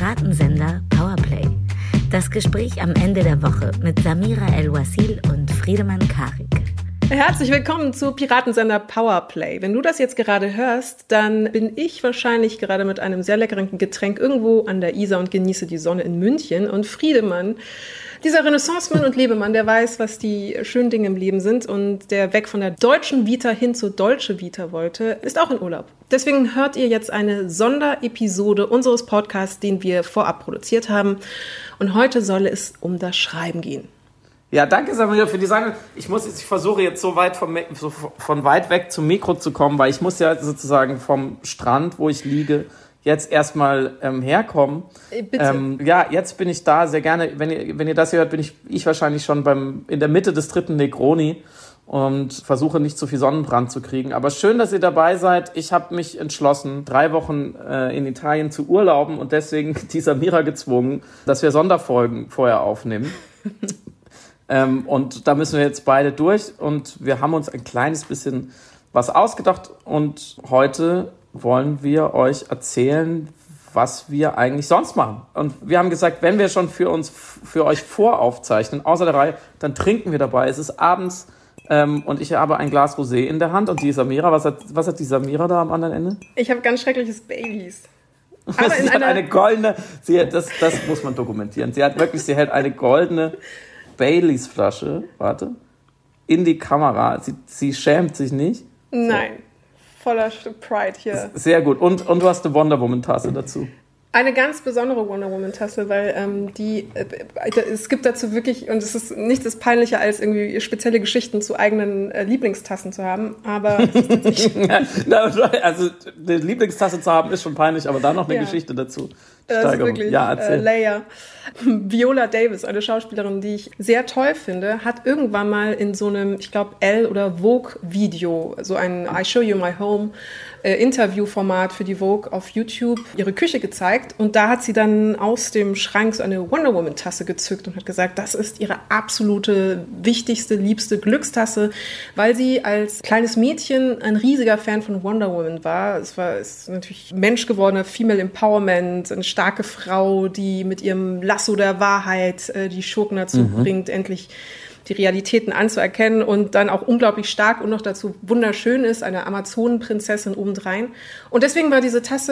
Piratensender Powerplay. Das Gespräch am Ende der Woche mit Samira El-Wasil und Friedemann Karik. Herzlich willkommen zu Piratensender Powerplay. Wenn du das jetzt gerade hörst, dann bin ich wahrscheinlich gerade mit einem sehr leckeren Getränk irgendwo an der Isar und genieße die Sonne in München. Und Friedemann, dieser Renaissancemann und Lebemann, der weiß, was die schönen Dinge im Leben sind und der weg von der deutschen Vita hin zur Dolce Vita wollte, ist auch in Urlaub. Deswegen hört ihr jetzt eine Sonderepisode unseres Podcasts, den wir vorab produziert haben. Und heute soll es um das Schreiben gehen. Ja, danke Samira für die Sache. Ich versuche jetzt so von weit weg zum Mikro zu kommen, weil ich muss ja sozusagen vom Strand, wo ich liege, jetzt erstmal herkommen. Bitte. Ja, jetzt bin ich da, sehr gerne. Wenn ihr das hier hört, bin ich wahrscheinlich schon in der Mitte des 3. Negroni und versuche nicht zu viel Sonnenbrand zu kriegen. Aber schön, dass ihr dabei seid. Ich habe mich entschlossen, 3 Wochen in Italien zu urlauben und deswegen die Samira gezwungen, dass wir Sonderfolgen vorher aufnehmen. Und da müssen wir jetzt beide durch und wir haben uns ein kleines bisschen was ausgedacht und heute wollen wir euch erzählen, was wir eigentlich sonst machen. Und wir haben gesagt, wenn wir schon für euch voraufzeichnen, außer der Reihe, dann trinken wir dabei. Es ist abends und ich habe ein Glas Rosé in der Hand und die Samira, was hat die Samira da am anderen Ende? Ich habe ganz schreckliches Baileys. Aber sie hat eine goldene, das muss man dokumentieren, sie hält eine goldene Baileys-Flasche, in die Kamera. Sie schämt sich nicht. Nein, voller Pride hier. Sehr gut. Und du hast eine Wonder Woman-Tasse dazu. Eine ganz besondere Wonder Woman-Tasse, weil es gibt dazu wirklich, und es ist nichts peinlicher, als irgendwie spezielle Geschichten zu eigenen Lieblingstassen zu haben, aber also eine Lieblingstasse zu haben ist schon peinlich, aber da noch eine Geschichte dazu. Das ist wirklich erzähl. Layer. Viola Davis, eine Schauspielerin, die ich sehr toll finde, hat irgendwann mal in so einem, ich glaube, Elle- oder Vogue-Video, so ein I Show You My Home Interviewformat für die Vogue auf YouTube, ihre Küche gezeigt. Und da hat sie dann aus dem Schrank so eine Wonder Woman-Tasse gezückt und hat gesagt, das ist ihre absolute, wichtigste, liebste Glückstasse, weil sie als kleines Mädchen ein riesiger Fan von Wonder Woman war. ist natürlich menschgewordene Female Empowerment, eine starke Frau, die mit ihrem Lasso der Wahrheit die Schurken dazu bringt, endlich die Realitäten anzuerkennen und dann auch unglaublich stark und noch dazu wunderschön ist, eine Amazonenprinzessin obendrein. Und deswegen war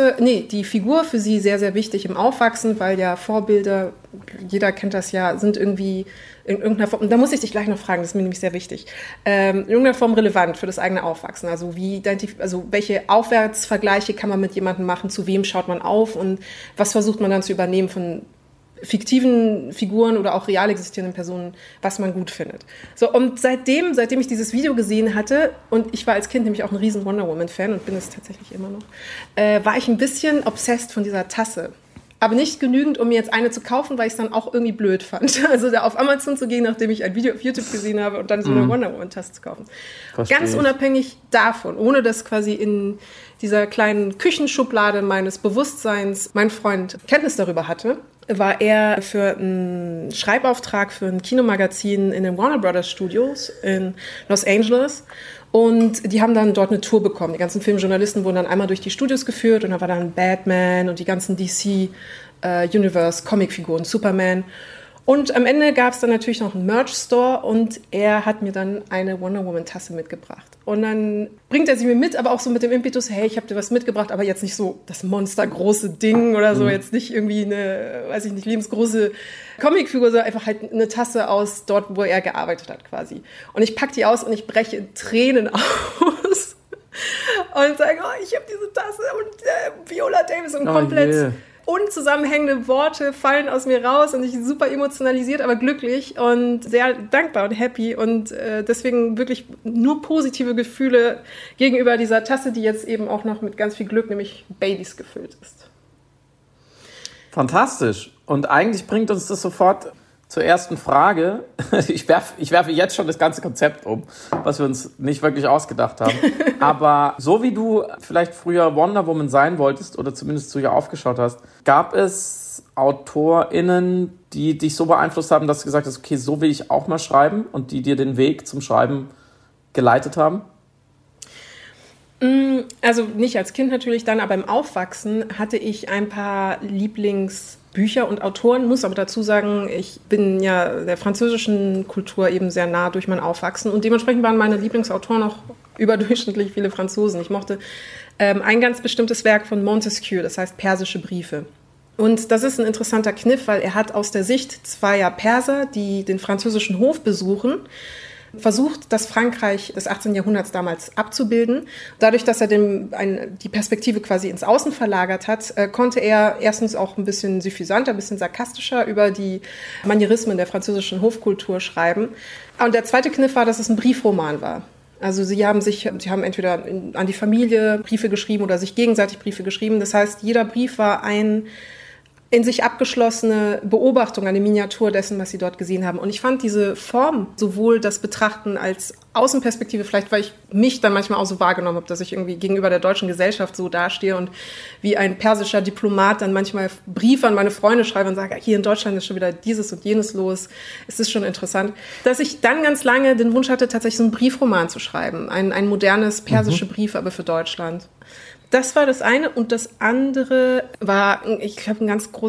die Figur für sie sehr, sehr wichtig im Aufwachsen, weil ja Vorbilder, jeder kennt das ja, sind irgendwie in irgendeiner Form, und da muss ich dich gleich noch fragen, das ist mir nämlich sehr wichtig, in irgendeiner Form relevant für das eigene Aufwachsen. Also welche Aufwärtsvergleiche kann man mit jemandem machen, zu wem schaut man auf und was versucht man dann zu übernehmen von fiktiven Figuren oder auch real existierenden Personen, was man gut findet. So, und seitdem ich dieses Video gesehen hatte, und ich war als Kind nämlich auch ein riesen Wonder Woman-Fan und bin es tatsächlich immer noch, war ich ein bisschen obsessed von dieser Tasse. Aber nicht genügend, um mir jetzt eine zu kaufen, weil ich es dann auch irgendwie blöd fand. Also da auf Amazon zu gehen, nachdem ich ein Video auf YouTube gesehen habe und dann so eine Wonder Woman-Tasse zu kaufen. Verstehe. Ganz unabhängig davon, ohne dass quasi in dieser kleinen Küchenschublade meines Bewusstseins mein Freund Kenntnis darüber hatte, war er für einen Schreibauftrag für ein Kinomagazin in den Warner Brothers Studios in Los Angeles. Und die haben dann dort eine Tour bekommen. Die ganzen Filmjournalisten wurden dann einmal durch die Studios geführt und da war dann Batman und die ganzen DC Universe Comicfiguren, Superman. Und am Ende gab es dann natürlich noch einen Merch-Store und er hat mir dann eine Wonder Woman-Tasse mitgebracht. Und dann bringt er sie mir mit, aber auch so mit dem Impetus, hey, ich habe dir was mitgebracht, aber jetzt nicht so das monstergroße Ding oder so, jetzt nicht irgendwie eine, weiß ich nicht, lebensgroße Comicfigur, sondern einfach halt eine Tasse aus dort, wo er gearbeitet hat quasi. Und ich packe die aus und ich breche in Tränen aus und sage, oh, ich habe diese Tasse und Viola Davis und komplett unzusammenhängende Worte fallen aus mir raus und ich bin super emotionalisiert, aber glücklich und sehr dankbar und happy und deswegen wirklich nur positive Gefühle gegenüber dieser Tasse, die jetzt eben auch noch mit ganz viel Glück, nämlich Baileys, gefüllt ist. Fantastisch. Und eigentlich bringt uns das sofort zur ersten Frage. Ich werfe jetzt schon das ganze Konzept um, was wir uns nicht wirklich ausgedacht haben. Aber so wie du vielleicht früher Wonder Woman sein wolltest oder zumindest zu ihr aufgeschaut hast, gab es AutorInnen, die dich so beeinflusst haben, dass du gesagt hast, okay, so will ich auch mal schreiben und die dir den Weg zum Schreiben geleitet haben? Also nicht als Kind natürlich dann, aber im Aufwachsen hatte ich ein paar Lieblingsbücher und Autoren, muss aber dazu sagen, ich bin ja der französischen Kultur eben sehr nah durch mein Aufwachsen und dementsprechend waren meine Lieblingsautoren auch überdurchschnittlich viele Franzosen. Ich mochte ein ganz bestimmtes Werk von Montesquieu, das heißt Persische Briefe. Und das ist ein interessanter Kniff, weil er hat aus der Sicht zweier Perser, die den französischen Hof besuchen, versucht, das Frankreich des 18. Jahrhunderts damals abzubilden. Dadurch, dass er die Perspektive quasi ins Außen verlagert hat, konnte er erstens auch ein bisschen suffisanter, ein bisschen sarkastischer über die Manierismen der französischen Hofkultur schreiben. Und der zweite Kniff war, dass es ein Briefroman war. Also sie haben entweder an die Familie Briefe geschrieben oder sich gegenseitig Briefe geschrieben. Das heißt, jeder Brief war ein in sich abgeschlossene Beobachtung, eine Miniatur dessen, was sie dort gesehen haben. Und ich fand diese Form, sowohl das Betrachten als Außenperspektive, vielleicht weil ich mich dann manchmal auch so wahrgenommen habe, dass ich irgendwie gegenüber der deutschen Gesellschaft so dastehe und wie ein persischer Diplomat dann manchmal Briefe an meine Freunde schreibe und sage, hier in Deutschland ist schon wieder dieses und jenes los. Es ist schon interessant. Dass ich dann ganz lange den Wunsch hatte, tatsächlich so einen Briefroman zu schreiben. Ein modernes persische Brief, aber für Deutschland. Das war das eine. Und das andere war, ich glaube,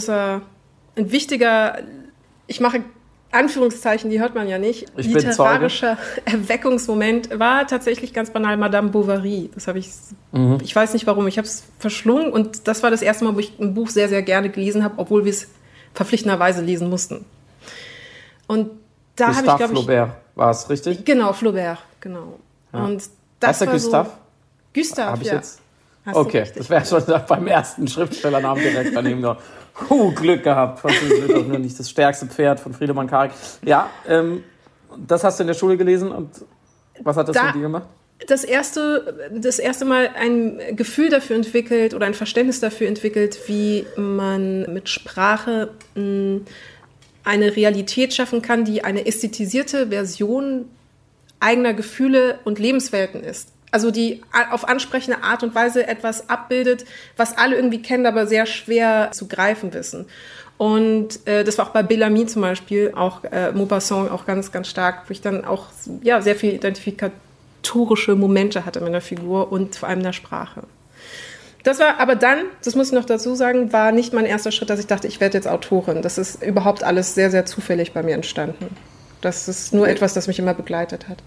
ein wichtiger, ich mache Anführungszeichen, die hört man ja nicht, literarischer Erweckungsmoment war tatsächlich ganz banal Madame Bovary. Das habe ich weiß nicht warum, ich habe es verschlungen und das war das erste Mal, wo ich ein Buch sehr, sehr gerne gelesen habe, obwohl wir es verpflichtenderweise lesen mussten. Und da habe ich, glaube ich... Flaubert war es, richtig? Genau, Flaubert, genau. Ja. Und das war Gustave? So, Gustave, hab ich ja. Jetzt? Okay, das wäre schon beim ersten Schriftstellernamen direkt daneben noch. Glück gehabt. Französisch wird auch nur nicht das stärkste Pferd von Friedemann Karik. Ja, das hast du in der Schule gelesen und was hat das mit dir gemacht? Das erste Mal ein Gefühl dafür entwickelt oder ein Verständnis dafür entwickelt, wie man mit Sprache eine Realität schaffen kann, die eine ästhetisierte Version eigener Gefühle und Lebenswelten ist. Also die auf ansprechende Art und Weise etwas abbildet, was alle irgendwie kennen, aber sehr schwer zu greifen wissen. Und das war auch bei Bellamy zum Beispiel, auch Maupassant auch ganz, ganz stark, wo ich dann auch sehr viel identifikatorische Momente hatte mit der Figur und vor allem der Sprache. Das war aber dann, das muss ich noch dazu sagen, war nicht mein erster Schritt, dass ich dachte, ich werde jetzt Autorin. Das ist überhaupt alles sehr, sehr zufällig bei mir entstanden. Das ist nur etwas, das mich immer begleitet hat.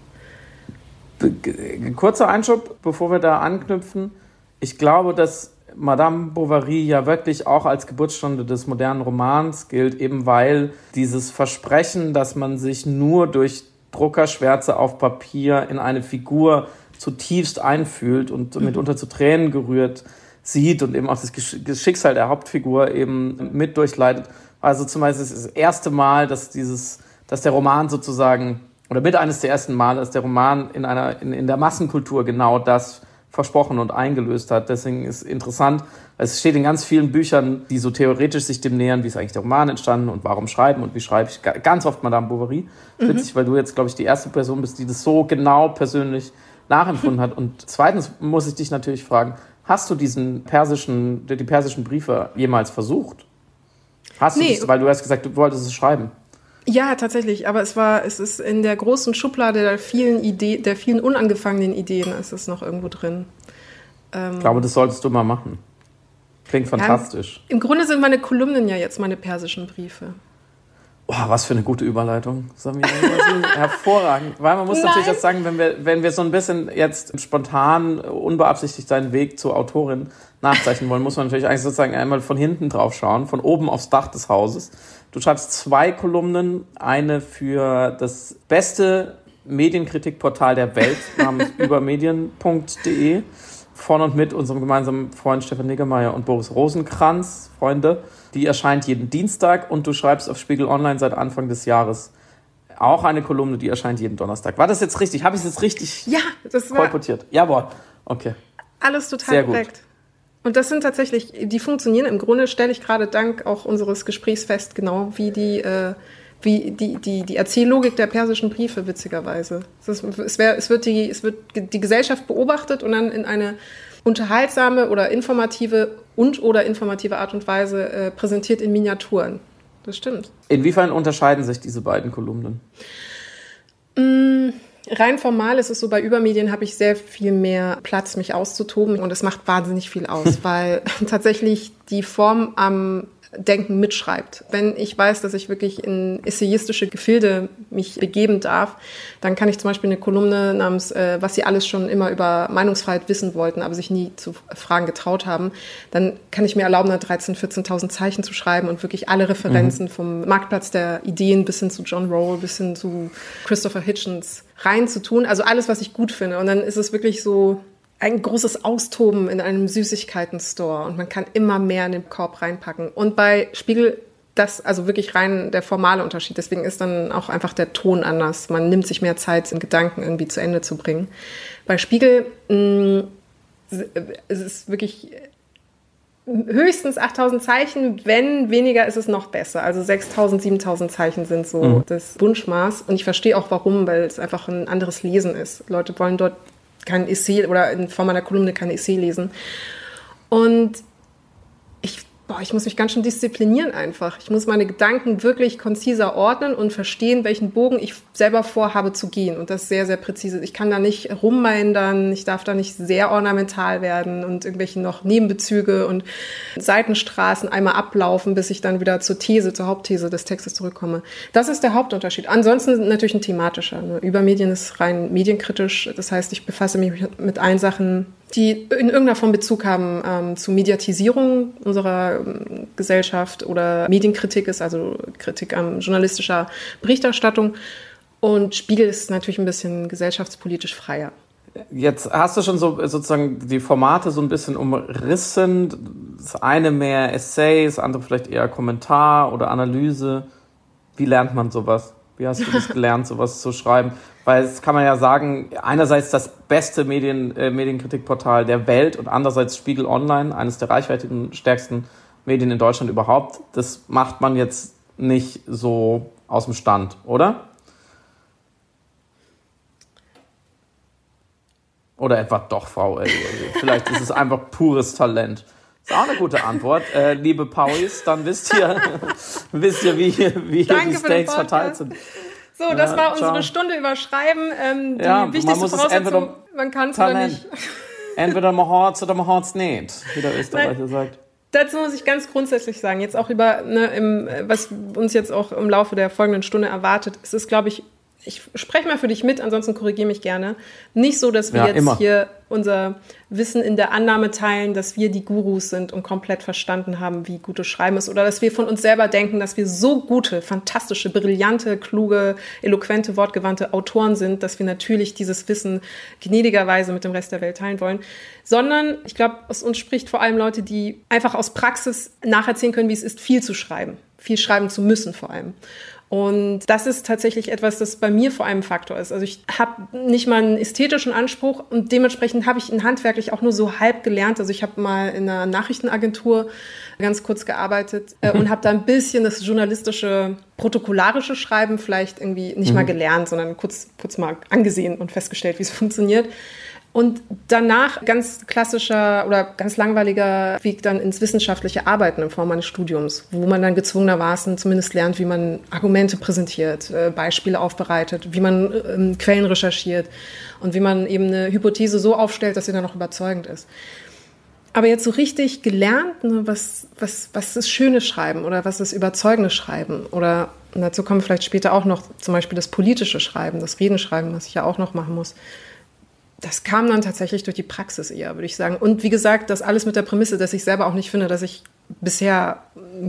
Kurzer Einschub, bevor wir da anknüpfen. Ich glaube, dass Madame Bovary ja wirklich auch als Geburtsstunde des modernen Romans gilt, eben weil dieses Versprechen, dass man sich nur durch Druckerschwärze auf Papier in eine Figur zutiefst einfühlt und mitunter zu Tränen gerührt sieht und eben auch das Schicksal der Hauptfigur eben mit durchleidet. Also zum Beispiel das erste Mal, dass der Roman sozusagen oder mit eines der ersten Male, dass der Roman in der Massenkultur genau das versprochen und eingelöst hat. Deswegen ist interessant, es steht in ganz vielen Büchern, die so theoretisch sich dem nähern, wie ist eigentlich der Roman entstanden und warum schreiben und wie schreibe ich. Ganz oft Madame Bovary. Witzig, weil du jetzt, glaube ich, die erste Person bist, die das so genau persönlich nachempfunden hat. Und zweitens muss ich dich natürlich fragen, hast du die persischen Briefe jemals versucht? Weil du hast gesagt, du wolltest es schreiben. Ja, tatsächlich, aber es ist in der großen Schublade der vielen unangefangenen Ideen ist es noch irgendwo drin. Ich glaube, das solltest du mal machen. Klingt fantastisch. Im Grunde sind meine Kolumnen ja jetzt meine persischen Briefe. Oh, was für eine gute Überleitung, Samira. Hervorragend. Weil man muss natürlich auch sagen, wenn wir so ein bisschen jetzt spontan, unbeabsichtigt seinen Weg zur Autorin nachzeichnen wollen, muss man natürlich eigentlich sozusagen einmal von hinten drauf schauen, von oben aufs Dach des Hauses. Du schreibst 2 Kolumnen, eine für das beste Medienkritikportal der Welt namens übermedien.de von und mit unserem gemeinsamen Freund Stefan Niggemeier und Boris Rosenkranz, Freunde. Die erscheint jeden Dienstag und du schreibst auf Spiegel Online seit Anfang des Jahres auch eine Kolumne, die erscheint jeden Donnerstag. War das jetzt richtig? Habe ich es jetzt richtig kolportiert? Jawohl, okay. Alles total korrekt. Und das sind tatsächlich, die funktionieren im Grunde, stelle ich gerade dank auch unseres Gesprächs fest, genau wie die Erzähllogik der persischen Briefe, witzigerweise. Es wird die Gesellschaft beobachtet und dann in eine unterhaltsame oder informative Art und Weise präsentiert in Miniaturen. Das stimmt. Inwiefern unterscheiden sich diese beiden Kolumnen? Rein formal ist es so, bei Übermedien habe ich sehr viel mehr Platz, mich auszutoben und es macht wahnsinnig viel aus, weil tatsächlich die Form am Denken mitschreibt. Wenn ich weiß, dass ich wirklich in essayistische Gefilde mich begeben darf, dann kann ich zum Beispiel eine Kolumne namens was Sie alles schon immer über Meinungsfreiheit wissen wollten, aber sich nie zu fragen getraut haben, dann kann ich mir erlauben, da 13.000, 14.000 Zeichen zu schreiben und wirklich alle Referenzen vom Marktplatz der Ideen bis hin zu John Rawls, bis hin zu Christopher Hitchens reinzutun. Also alles, was ich gut finde. Und dann ist es wirklich so ein großes Austoben in einem Süßigkeiten-Store und man kann immer mehr in den Korb reinpacken. Und bei Spiegel, das also wirklich rein der formale Unterschied. Deswegen ist dann auch einfach der Ton anders. Man nimmt sich mehr Zeit, den Gedanken irgendwie zu Ende zu bringen. Bei Spiegel es ist wirklich höchstens 8.000 Zeichen, wenn weniger ist es noch besser. Also 6.000, 7.000 Zeichen sind so das Wunschmaß. Und ich verstehe auch warum, weil es einfach ein anderes Lesen ist. Leute wollen dort kein Essay oder in Form einer Kolumne kein Essay lesen. Und ich muss mich ganz schön disziplinieren einfach. Ich muss meine Gedanken wirklich konziser ordnen und verstehen, welchen Bogen ich selber vorhabe zu gehen. Und das sehr, sehr präzise. Ich kann da nicht rummeindern, ich darf da nicht sehr ornamental werden und irgendwelche noch Nebenbezüge und Seitenstraßen einmal ablaufen, bis ich dann wieder zur Hauptthese des Textes zurückkomme. Das ist der Hauptunterschied. Ansonsten natürlich ein thematischer. Übermedien ist rein medienkritisch. Das heißt, ich befasse mich mit allen Sachen, die in irgendeiner Form Bezug haben zu Mediatisierung unserer Gesellschaft oder Medienkritik ist, also Kritik an journalistischer Berichterstattung. Und Spiegel ist natürlich ein bisschen gesellschaftspolitisch freier. Jetzt hast du schon so sozusagen die Formate so ein bisschen umrissen. Das eine mehr Essay, das andere vielleicht eher Kommentar oder Analyse. Wie lernt man sowas? Wie hast du das gelernt, sowas zu schreiben? Weil das kann man ja sagen, einerseits das beste Medienkritikportal der Welt und andererseits Spiegel Online, eines der reichweitenstärksten Medien in Deutschland überhaupt. Das macht man jetzt nicht so aus dem Stand, oder? Oder etwa doch, Frau Elli. Vielleicht ist es einfach pures Talent. Das ist auch eine gute Antwort. Liebe Pauis, dann wisst ihr wie hier die Stakes verteilt sind. So, das war unsere Stunde über Schreiben. Die wichtigste Voraussetzung, man kann es oder nicht. Entweder man hört's oder man hört's nicht, wie der Österreicher sagt. Dazu muss ich ganz grundsätzlich sagen, jetzt auch was uns jetzt auch im Laufe der folgenden Stunde erwartet, es ist, glaube ich spreche mal für dich mit, ansonsten korrigiere mich gerne. Nicht so, dass wir hier unser Wissen in der Annahme teilen, dass wir die Gurus sind und komplett verstanden haben, wie gutes Schreiben ist. Oder dass wir von uns selber denken, dass wir so gute, fantastische, brillante, kluge, eloquente, wortgewandte Autoren sind, dass wir natürlich dieses Wissen gnädigerweise mit dem Rest der Welt teilen wollen. Sondern, ich glaube, aus uns spricht vor allem Leute, die einfach aus Praxis nacherzählen können, wie es ist, viel zu schreiben. Viel schreiben zu müssen vor allem. Und das ist tatsächlich etwas, das bei mir vor allem ein Faktor ist. Also ich habe nicht mal einen ästhetischen Anspruch und dementsprechend habe ich ihn handwerklich auch nur so halb gelernt. Also ich habe mal in einer Nachrichtenagentur ganz kurz gearbeitet und habe da ein bisschen das journalistische, protokollarische Schreiben vielleicht irgendwie nicht mal gelernt, sondern kurz mal angesehen und festgestellt, wie es funktioniert. Und danach ganz klassischer oder ganz langweiliger Weg dann ins wissenschaftliche Arbeiten in Form eines Studiums, wo man dann gezwungenermaßen zumindest lernt, wie man Argumente präsentiert, Beispiele aufbereitet, wie man Quellen recherchiert und wie man eben eine Hypothese so aufstellt, dass sie dann auch überzeugend ist. Aber jetzt so richtig gelernt, was ist schönes Schreiben oder was ist überzeugendes Schreiben oder, und dazu kommen vielleicht später auch noch zum Beispiel das politische Schreiben, das Redenschreiben, was ich ja auch noch machen muss. Das kam dann tatsächlich durch die Praxis eher, würde ich sagen. Und wie gesagt, das alles mit der Prämisse, dass ich selber auch nicht finde, dass ich bisher,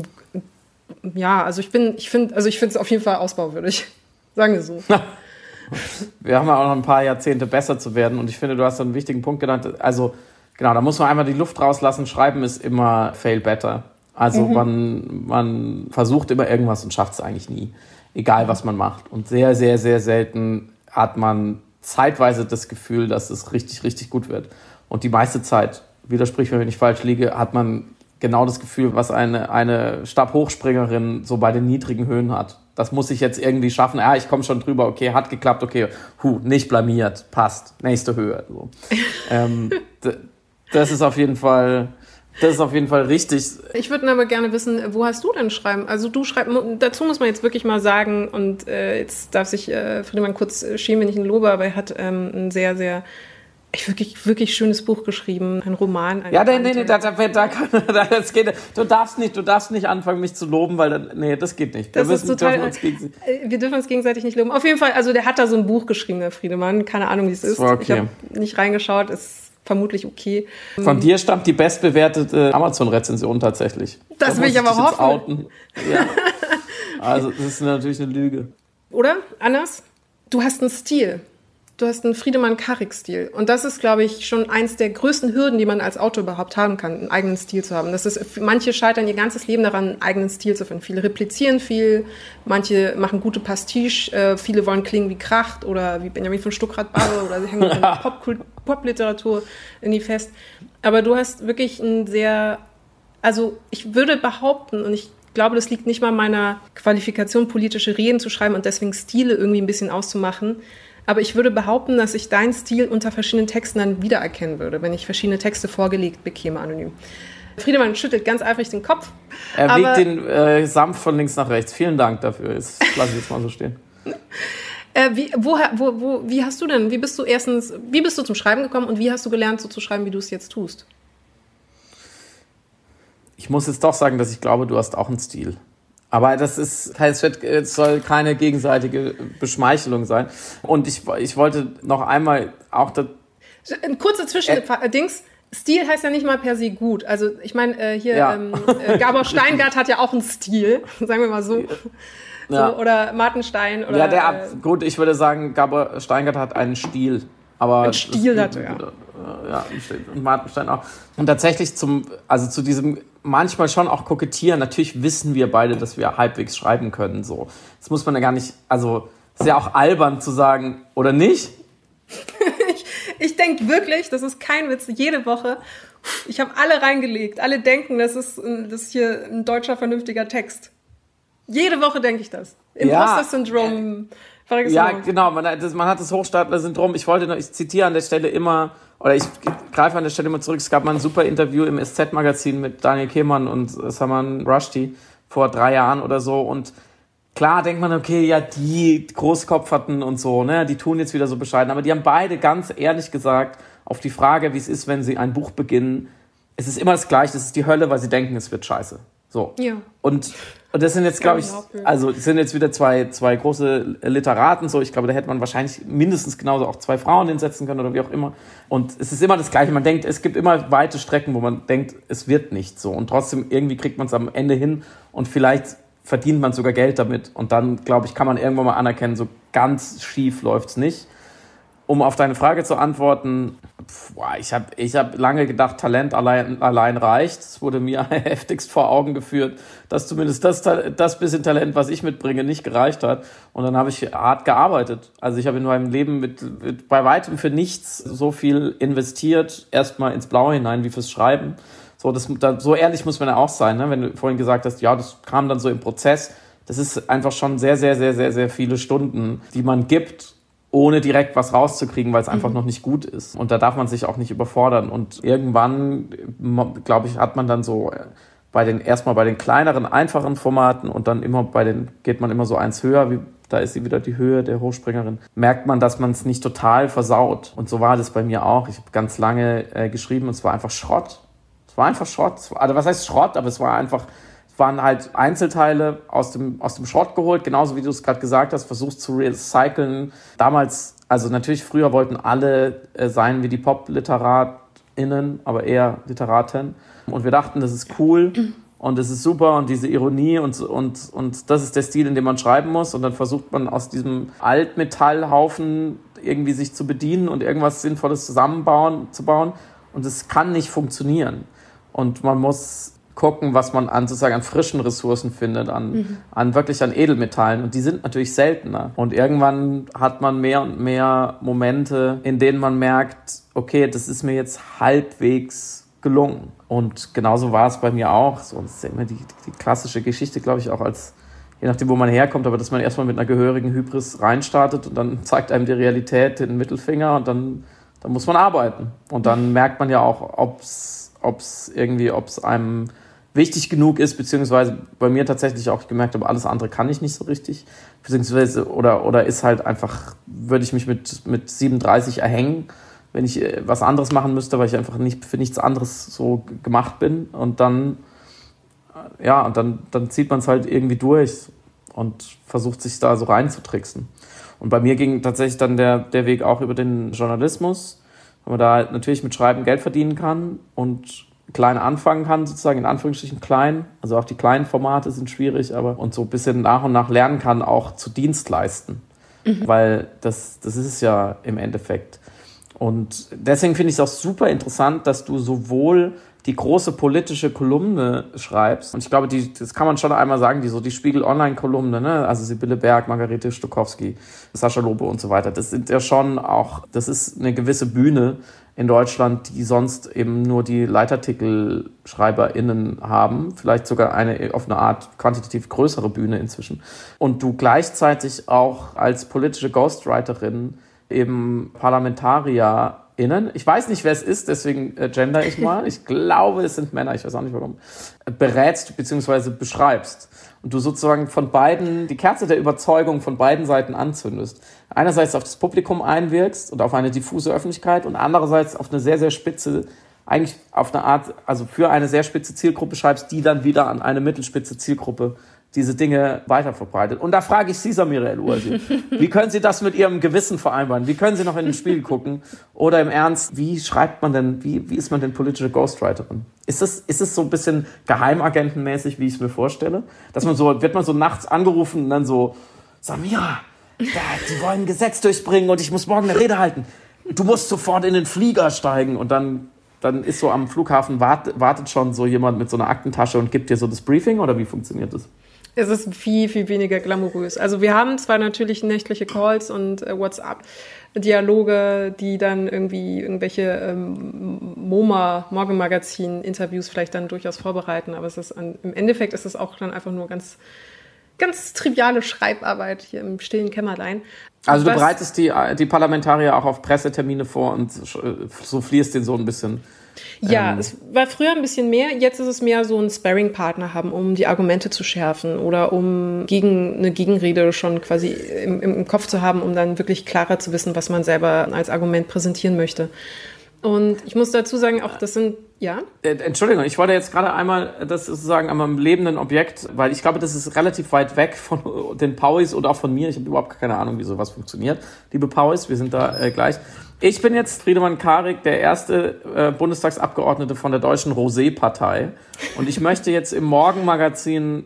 also ich finde es auf jeden Fall ausbauwürdig. Sagen wir so. Wir haben ja auch noch ein paar Jahrzehnte besser zu werden und ich finde, du hast einen wichtigen Punkt genannt. Also genau, da muss man einmal die Luft rauslassen. Schreiben ist immer fail better. Also man versucht immer irgendwas und schafft es eigentlich nie. Egal, was man macht. Und sehr, sehr, sehr selten hat man zeitweise das Gefühl, dass es richtig, richtig gut wird. Und die meiste Zeit, widersprich, wenn ich nicht falsch liege, hat man genau das Gefühl, was eine Stabhochspringerin so bei den niedrigen Höhen hat. Das muss ich jetzt irgendwie schaffen. Ja, ich komme schon drüber, okay, hat geklappt, okay, nicht blamiert, passt, nächste Höhe. So. Das ist auf jeden Fall Das ist auf jeden Fall richtig. Ich würde aber gerne wissen, wo hast du denn Schreiben? Also du schreibst, dazu muss man jetzt wirklich mal sagen, und jetzt darf sich Friedemann kurz schämen, wenn ich ihn lobe, aber er hat ein sehr, sehr wirklich, wirklich schönes Buch geschrieben, ein Roman. Ja, das geht. Du darfst nicht anfangen, mich zu loben, weil das geht nicht. Wir dürfen uns gegenseitig nicht loben. Auf jeden Fall, also der hat da so ein Buch geschrieben, der Friedemann. Keine Ahnung, wie es ist. Okay. Ich habe nicht reingeschaut, ist vermutlich okay. Von dir stammt die bestbewertete Amazon-Rezension tatsächlich. Das will ich aber hoffen. Ja. Also das ist natürlich eine Lüge. Oder, Anders? Du hast einen Stil. Du hast einen Friedemann-Karik-Stil. Und das ist, glaube ich, schon eins der größten Hürden, die man als Autor überhaupt haben kann, einen eigenen Stil zu haben. Manche scheitern ihr ganzes Leben daran, einen eigenen Stil zu finden. Viele replizieren viel, manche machen gute Pastiche, viele wollen klingen wie Kracht oder wie Benjamin von Stuckrad-Barre oder sie hängen mit einer Popliteratur irgendwie fest. Aber du hast wirklich ich würde behaupten, und ich glaube, das liegt nicht mal meiner Qualifikation, politische Reden zu schreiben und deswegen Stile irgendwie ein bisschen auszumachen. Aber ich würde behaupten, dass ich deinen Stil unter verschiedenen Texten dann wiedererkennen würde, wenn ich verschiedene Texte vorgelegt bekäme, anonym. Friedemann schüttelt ganz eifrig den Kopf. Er wiegt den sanft von links nach rechts. Vielen Dank dafür. Das lasse ich jetzt mal so stehen. Wie hast du denn, wie bist du zum Schreiben gekommen und wie hast du gelernt, so zu schreiben, wie du es jetzt tust? Ich muss jetzt doch sagen, dass ich glaube, du hast auch einen Stil. Aber es soll keine gegenseitige Beschmeichelung sein. Und ich wollte noch einmal auch... Ein kurzer Zwischendings. Stil heißt ja nicht mal per se gut. Also ich meine, Gabor Steingart hat ja auch einen Stil, sagen wir mal so. Ja. Oder Martin Stein. Oder, gut, ich würde sagen, Gabor Steingart hat einen Stil. Aber ein Stil hat er, ja. Ja, und Martin Stein auch. Und tatsächlich zu diesem manchmal schon auch kokettieren. Natürlich wissen wir beide, dass wir halbwegs schreiben können. So. Das muss man ja gar nicht, also ist ja auch albern zu sagen, oder nicht? Ich denke wirklich, das ist kein Witz, jede Woche, ich habe alle reingelegt. Alle denken, das ist hier ein deutscher, vernünftiger Text. Jede Woche denke ich das. Imposter-Syndrom. Ja, genau, man hat das Hochstapler-Syndrom. Ich zitiere an der Stelle immer, oder ich greife an der Stelle immer zurück, es gab mal ein super Interview im SZ-Magazin mit Daniel Kehlmann und Salman Rushdie vor 3 Jahren oder so, und klar denkt man, okay, ja, die Großkopferten und so, ne, die tun jetzt wieder so bescheiden, aber die haben beide ganz ehrlich gesagt, auf die Frage, wie es ist, wenn sie ein Buch beginnen, es ist immer das Gleiche, es ist die Hölle, weil sie denken, es wird scheiße. So. Ja. Und das sind jetzt, glaube ich, es sind jetzt wieder zwei große Literaten, so. Ich glaube, da hätte man wahrscheinlich mindestens genauso auch 2 Frauen hinsetzen können oder wie auch immer. Und es ist immer das Gleiche. Man denkt, es gibt immer weite Strecken, wo man denkt, es wird nicht so. Und trotzdem irgendwie kriegt man es am Ende hin und vielleicht verdient man sogar Geld damit. Und dann, glaube ich, kann man irgendwann mal anerkennen, so ganz schief läuft's nicht. Um auf deine Frage zu antworten, ich hab lange gedacht, Talent allein reicht. Es wurde mir heftigst vor Augen geführt, dass zumindest das bisschen Talent, was ich mitbringe, nicht gereicht hat. Und dann habe ich hart gearbeitet. Also ich habe in meinem Leben mit bei weitem für nichts so viel investiert, erstmal ins Blaue hinein wie fürs Schreiben. So ehrlich muss man ja auch sein, ne? Wenn du vorhin gesagt hast, ja, das kam dann so im Prozess. Das ist einfach schon sehr, sehr, sehr, sehr, sehr viele Stunden, die man gibt, ohne direkt was rauszukriegen, weil es einfach noch nicht gut ist. Und da darf man sich auch nicht überfordern. Und irgendwann, glaube ich, hat man dann so erstmal bei den kleineren, einfachen Formaten und dann geht man immer so eins höher, da ist sie wieder die Höhe der Hochspringerin, merkt man, dass man es nicht total versaut. Und so war das bei mir auch. Ich habe ganz lange geschrieben und es war einfach Schrott. Es war einfach Schrott. Also was heißt Schrott? Aber es waren halt Einzelteile aus dem Schrott geholt, genauso wie du es gerade gesagt hast, versuchst zu recyceln. Damals, also natürlich früher wollten alle sein wie die Pop-LiteratInnen, aber eher Literaten. Und wir dachten, das ist cool und das ist super und diese Ironie und das ist der Stil, in dem man schreiben muss. Und dann versucht man aus diesem Altmetallhaufen irgendwie sich zu bedienen und irgendwas Sinnvolles zu bauen. Und es kann nicht funktionieren. Und man muss gucken, was man an frischen Ressourcen findet, wirklich an Edelmetallen. Und die sind natürlich seltener. Und irgendwann hat man mehr und mehr Momente, in denen man merkt, okay, das ist mir jetzt halbwegs gelungen. Und genauso war es bei mir auch. So, das ist ja immer die klassische Geschichte, glaube ich, auch je nachdem, wo man herkommt, aber dass man erstmal mit einer gehörigen Hybris reinstartet und dann zeigt einem die Realität den Mittelfinger und dann muss man arbeiten. Und dann merkt man ja auch, ob es einem wichtig genug ist, beziehungsweise bei mir tatsächlich auch gemerkt habe, alles andere kann ich nicht so richtig, beziehungsweise oder ist halt einfach, würde ich mich mit 37 erhängen, wenn ich was anderes machen müsste, weil ich einfach nicht für nichts anderes so gemacht bin und dann zieht man es halt irgendwie durch und versucht sich da so reinzutricksen. Und bei mir ging tatsächlich dann der Weg auch über den Journalismus, weil man da halt natürlich mit Schreiben Geld verdienen kann und klein anfangen kann, sozusagen in Anführungsstrichen klein. Also auch die kleinen Formate sind schwierig, und so ein bisschen nach und nach lernen kann, auch zu Dienst leisten. Weil das ist es ja im Endeffekt. Und deswegen finde ich es auch super interessant, dass du sowohl die große politische Kolumne schreibst. Und ich glaube, das kann man schon einmal sagen, die Spiegel-Online-Kolumne, ne? Also Sibylle Berg, Margarete Stokowski, Sascha Lobe und so weiter. Das sind ja schon auch, das ist eine gewisse Bühne in Deutschland, die sonst eben nur die LeitartikelschreiberInnen haben. Vielleicht sogar eine auf eine Art quantitativ größere Bühne inzwischen. Und du gleichzeitig auch als politische Ghostwriterin eben ParlamentarierInnen, ich weiß nicht, wer es ist, deswegen gender ich mal, ich glaube, es sind Männer, ich weiß auch nicht warum, berätst bzw. beschreibst und du sozusagen von beiden, die Kerze der Überzeugung von beiden Seiten anzündest. Einerseits auf das Publikum einwirkst und auf eine diffuse Öffentlichkeit und andererseits auf eine sehr, sehr spitze, eigentlich auf eine Art, also für eine sehr spitze Zielgruppe schreibst, die dann wieder an eine mittelspitze Zielgruppe diese Dinge weiterverbreitet. Und da frage ich Sie, Samira El-Ouasil, wie können Sie das mit Ihrem Gewissen vereinbaren? Wie können Sie noch in den Spiegel gucken? Oder im Ernst, wie schreibt man denn, wie ist man denn politische Ghostwriterin? Ist es so ein bisschen geheimagentenmäßig, wie ich es mir vorstelle? Wird man so nachts angerufen und dann so, Samira, die wollen ein Gesetz durchbringen und ich muss morgen eine Rede halten. Du musst sofort in den Flieger steigen. Und dann ist so am Flughafen, wartet schon so jemand mit so einer Aktentasche und gibt dir so das Briefing, oder wie funktioniert das? Es ist viel, viel weniger glamourös. Also wir haben zwar natürlich nächtliche Calls und WhatsApp-Dialoge, die dann irgendwie irgendwelche MoMA, Morgenmagazin-Interviews vielleicht dann durchaus vorbereiten, aber im Endeffekt ist es auch dann einfach nur ganz, ganz triviale Schreibarbeit hier im stillen Kämmerlein. Also du bereitest die Parlamentarier auch auf Pressetermine vor und so fließt den so ein bisschen. Ja, es war früher ein bisschen mehr. Jetzt ist es mehr so ein Sparring-Partner haben, um die Argumente zu schärfen oder um eine Gegenrede schon quasi im Kopf zu haben, um dann wirklich klarer zu wissen, was man selber als Argument präsentieren möchte. Und ich muss dazu sagen, auch das sind, ja? Entschuldigung, ich wollte jetzt gerade einmal das sozusagen am lebenden Objekt, weil ich glaube, das ist relativ weit weg von den Pauis und auch von mir. Ich habe überhaupt keine Ahnung, wie sowas funktioniert. Liebe Pauis, wir sind da gleich. Ich bin jetzt Friedemann Karik, der erste Bundestagsabgeordnete von der deutschen Rosé-Partei. Und ich möchte jetzt im Morgenmagazin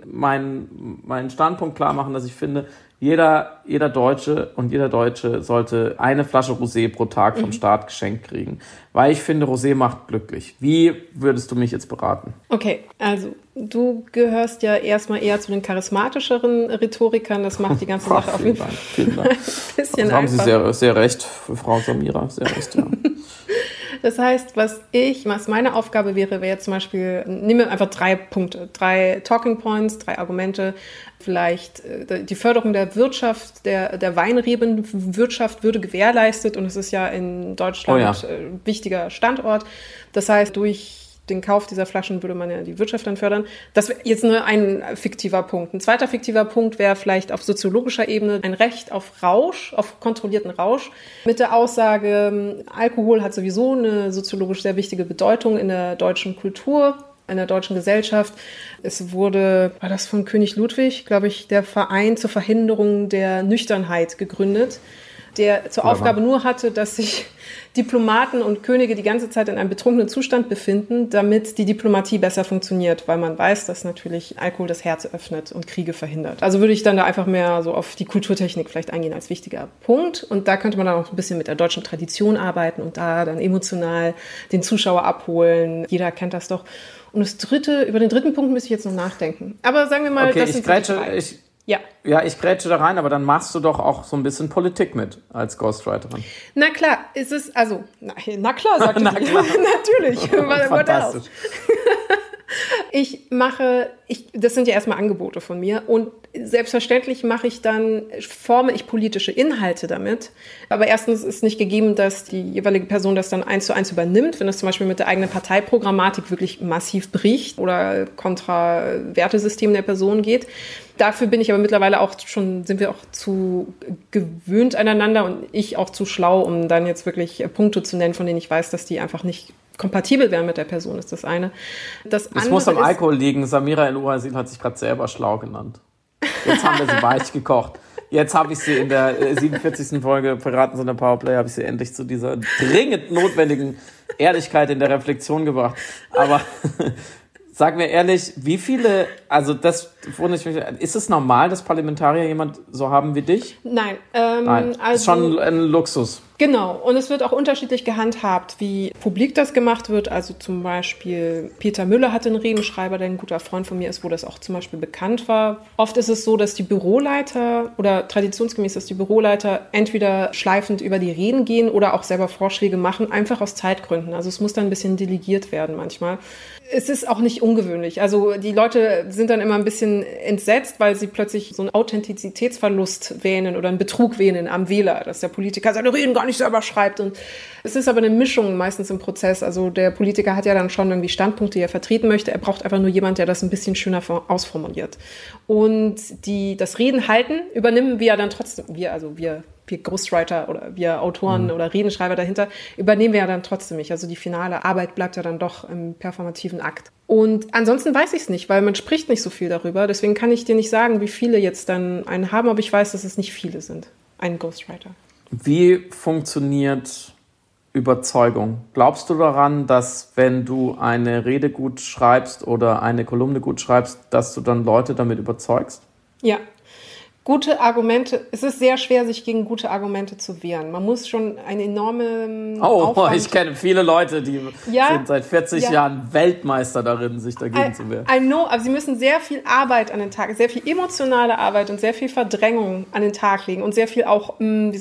meinen Standpunkt klar machen, dass ich finde, jeder Deutsche und jeder Deutsche sollte eine Flasche Rosé pro Tag vom Staat geschenkt kriegen. Weil ich finde, Rosé macht glücklich. Wie würdest du mich jetzt beraten? Okay, also du gehörst ja erstmal eher zu den charismatischeren Rhetorikern. Das macht die ganze Sache auf jeden Fall ein bisschen einfacher. Haben Sie sehr, sehr recht, Frau Samira, sehr recht, ja. Das heißt, was meine Aufgabe wäre jetzt zum Beispiel, nehmen wir einfach 3 Punkte, 3 Talking Points, 3 Argumente. Vielleicht die Förderung der Wirtschaft, der Weinrebenwirtschaft würde gewährleistet und es ist ja in Deutschland wichtiger Standort. Das heißt, durch den Kauf dieser Flaschen würde man ja die Wirtschaft dann fördern. Das wäre jetzt nur ein fiktiver Punkt. Ein zweiter fiktiver Punkt wäre vielleicht auf soziologischer Ebene ein Recht auf Rausch, auf kontrollierten Rausch, mit der Aussage, Alkohol hat sowieso eine soziologisch sehr wichtige Bedeutung in der deutschen Kultur, in der deutschen Gesellschaft. Es war das von König Ludwig, glaube ich, der Verein zur Verhinderung der Nüchternheit gegründet, der zur Aufgabe nur hatte, dass sich Diplomaten und Könige die ganze Zeit in einem betrunkenen Zustand befinden, damit die Diplomatie besser funktioniert, weil man weiß, dass natürlich Alkohol das Herz öffnet und Kriege verhindert. Also würde ich dann da einfach mehr so auf die Kulturtechnik vielleicht eingehen als wichtiger Punkt. Und da könnte man dann auch ein bisschen mit der deutschen Tradition arbeiten und da dann emotional den Zuschauer abholen. Jeder kennt das doch. Und über den dritten Punkt müsste ich jetzt noch nachdenken. Aber sagen wir mal, okay, das sind die 3. Ich grätsche da rein, aber dann machst du doch auch so ein bisschen Politik mit als Ghostwriterin. Na klar, na klar, sagt na klar. Natürlich. Fantastisch. Das sind ja erstmal Angebote von mir und Selbstverständlich forme ich politische Inhalte damit. Aber erstens ist nicht gegeben, dass die jeweilige Person das dann 1:1 übernimmt, wenn das zum Beispiel mit der eigenen Parteiprogrammatik wirklich massiv bricht oder kontra Wertesystem der Person geht. Dafür bin ich aber mittlerweile sind wir auch zu gewöhnt aneinander und ich auch zu schlau, um dann jetzt wirklich Punkte zu nennen, von denen ich weiß, dass die einfach nicht kompatibel wären mit der Person, ist das eine. Das muss am Alkohol liegen. Samira El-Ouasil hat sich gerade selber schlau genannt. Jetzt haben wir sie weich gekocht. Jetzt habe ich sie in der 47. Folge Piraten sind der Powerplay, habe ich sie endlich zu dieser dringend notwendigen Ehrlichkeit in der Reflexion gebracht. Aber sag mir ehrlich, wie viele, also das wundert mich, ist es normal, dass Parlamentarier jemand so haben wie dich? Nein. Nein, also, ist schon ein Luxus. Genau, und es wird auch unterschiedlich gehandhabt, wie publik das gemacht wird. Also zum Beispiel Peter Müller hatte einen Redenschreiber, der ein guter Freund von mir ist, wo das auch zum Beispiel bekannt war. Oft ist es so, dass die Büroleiter oder traditionsgemäß, dass die Büroleiter entweder schleifend über die Reden gehen oder auch selber Vorschläge machen, einfach aus Zeitgründen. Also es muss dann ein bisschen delegiert werden manchmal. Es ist auch nicht ungewöhnlich. Also die Leute sind dann immer ein bisschen entsetzt, weil sie plötzlich so einen Authentizitätsverlust wähnen oder einen Betrug wähnen am Wähler, dass der Politiker seine Reden gar nicht selber schreibt. Und es ist aber eine Mischung meistens im Prozess. Also der Politiker hat ja dann schon irgendwie Standpunkte, die er vertreten möchte. Er braucht einfach nur jemand, der das ein bisschen schöner ausformuliert. Und das Reden halten übernehmen wir ja dann trotzdem, wir Ghostwriter oder wir Autoren oder Redenschreiber dahinter, übernehmen wir ja dann trotzdem nicht. Also die finale Arbeit bleibt ja dann doch im performativen Akt. Und ansonsten weiß ich es nicht, weil man spricht nicht so viel darüber. Deswegen kann ich dir nicht sagen, wie viele jetzt dann einen haben, aber ich weiß, dass es nicht viele sind, einen Ghostwriter. Wie funktioniert Überzeugung? Glaubst du daran, dass wenn du eine Rede gut schreibst oder eine Kolumne gut schreibst, dass du dann Leute damit überzeugst? Ja. Gute Argumente, es ist sehr schwer, sich gegen gute Argumente zu wehren. Man muss schon eine enorme Aufwand... Ich kenne viele Leute, die sind seit 40 Jahren Weltmeister darin, sich dagegen zu wehren. I know, aber sie müssen sehr viel Arbeit an den Tag, sehr viel emotionale Arbeit und sehr viel Verdrängung an den Tag legen und sehr viel auch,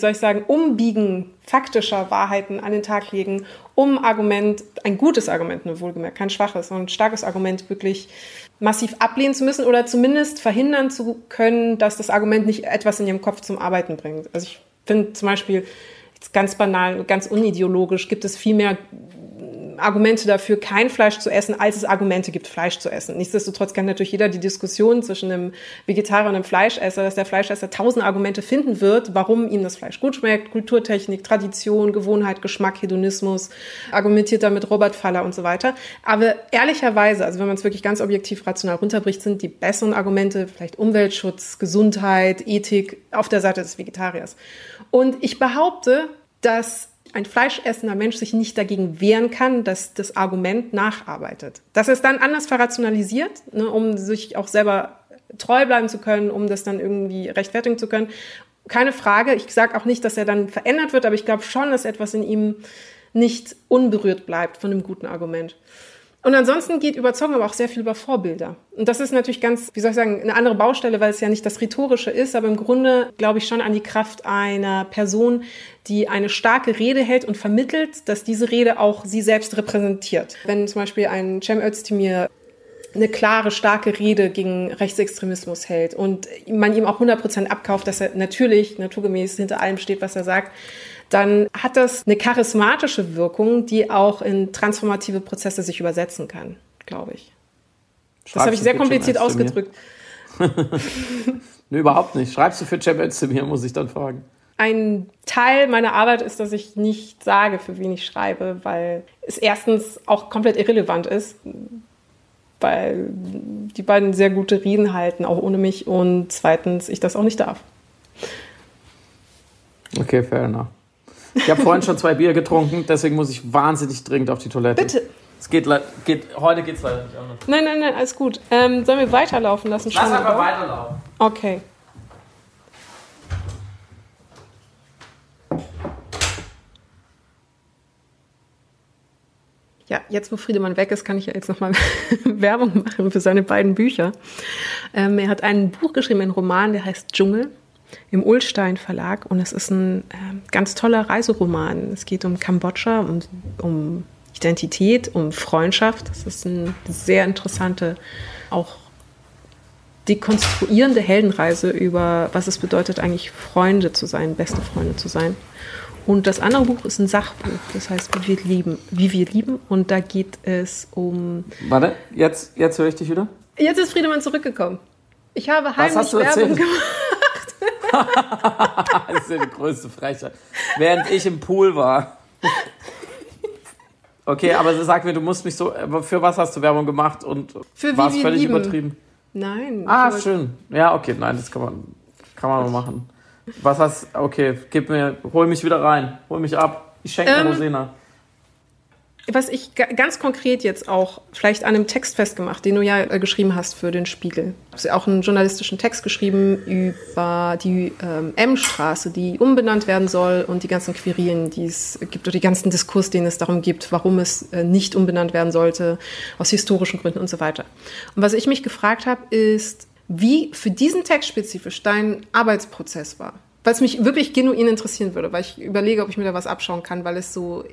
Umbiegen faktischer Wahrheiten an den Tag legen, um ein gutes Argument, nur wohlgemerkt, kein schwaches, sondern ein starkes Argument wirklich massiv ablehnen zu müssen oder zumindest verhindern zu können, dass das Argument nicht etwas in ihrem Kopf zum Arbeiten bringt. Also ich finde zum Beispiel, jetzt ganz banal, ganz unideologisch, gibt es viel mehr Argumente dafür, kein Fleisch zu essen, als es Argumente gibt, Fleisch zu essen. Nichtsdestotrotz kann natürlich jeder die Diskussion zwischen einem Vegetarier und einem Fleischesser, dass der Fleischesser 1000 Argumente finden wird, warum ihm das Fleisch gut schmeckt, Kulturtechnik, Tradition, Gewohnheit, Geschmack, Hedonismus, argumentiert damit Robert Faller und so weiter. Aber ehrlicherweise, also wenn man es wirklich ganz objektiv rational runterbricht, sind die besseren Argumente vielleicht Umweltschutz, Gesundheit, Ethik auf der Seite des Vegetariers. Und ich behaupte, dass ein fleischessender Mensch sich nicht dagegen wehren kann, dass das Argument nacharbeitet. Dass er es dann anders verrationalisiert, um sich auch selber treu bleiben zu können, um das dann irgendwie rechtfertigen zu können. Keine Frage. Ich sage auch nicht, dass er dann verändert wird, aber ich glaube schon, dass etwas in ihm nicht unberührt bleibt von einem guten Argument. Und ansonsten geht Überzeugung aber auch sehr viel über Vorbilder. Und das ist natürlich ganz, eine andere Baustelle, weil es ja nicht das Rhetorische ist, aber im Grunde glaube ich schon an die Kraft einer Person, die eine starke Rede hält und vermittelt, dass diese Rede auch sie selbst repräsentiert. Wenn zum Beispiel ein Cem Özdemir eine klare, starke Rede gegen Rechtsextremismus hält und man ihm auch 100% abkauft, dass er natürlich naturgemäß hinter allem steht, was er sagt, dann hat das eine charismatische Wirkung, die auch in transformative Prozesse sich übersetzen kann, glaube ich. Das habe ich sehr kompliziert ausgedrückt. Nee, überhaupt nicht. Schreibst du für Cem Özdemir, muss ich dann fragen. Ein Teil meiner Arbeit ist, dass ich nicht sage, für wen ich schreibe, weil es erstens auch komplett irrelevant ist, weil die beiden sehr gute Reden halten, auch ohne mich, und zweitens ich das auch nicht darf. Okay, fair enough. Ich habe vorhin schon 2 Bier getrunken, deswegen muss ich wahnsinnig dringend auf die Toilette. Bitte. Heute geht's leider nicht anders. Nein, alles gut. Sollen wir weiterlaufen lassen? Lass einfach weiterlaufen. Okay. Ja, jetzt wo Friedemann weg ist, kann ich ja jetzt nochmal Werbung machen für seine beiden Bücher. Er hat ein Buch geschrieben, einen Roman, der heißt Dschungel, im Ullstein Verlag, und es ist ein ganz toller Reiseroman. Es geht um Kambodscha und um Identität, um Freundschaft. Das ist eine sehr interessante, auch dekonstruierende Heldenreise über, was es bedeutet, eigentlich Freunde zu sein, beste Freunde zu sein. Und das andere Buch ist ein Sachbuch, das heißt, wie wir lieben. Und da geht es um... Warte, jetzt höre ich dich wieder. Jetzt ist Friedemann zurückgekommen. Ich habe heimlich Werbung gemacht. Das ist ja die größte Frechheit. Während ich im Pool war. Okay, aber sag mir, du musst mich so... Für was hast du Werbung gemacht und war es völlig übertrieben? Nein. Schön. Ja, okay, nein, das kann man mal machen. Was hast okay, hol mich wieder rein, hol mich ab. Ich schenke mir Rosena. Was ich ganz konkret jetzt auch vielleicht an einem Text festgemacht, den du ja geschrieben hast für den Spiegel. Du hast ja auch einen journalistischen Text geschrieben über die M-Straße, die umbenannt werden soll und die ganzen Querelen, die es gibt, oder die ganzen Diskurs, den es darum gibt, warum es nicht umbenannt werden sollte, aus historischen Gründen und so weiter. Und was ich mich gefragt habe, ist, wie für diesen Text spezifisch dein Arbeitsprozess war. Weil es mich wirklich genuin interessieren würde, weil ich überlege, ob ich mir da was abschauen kann, weil es so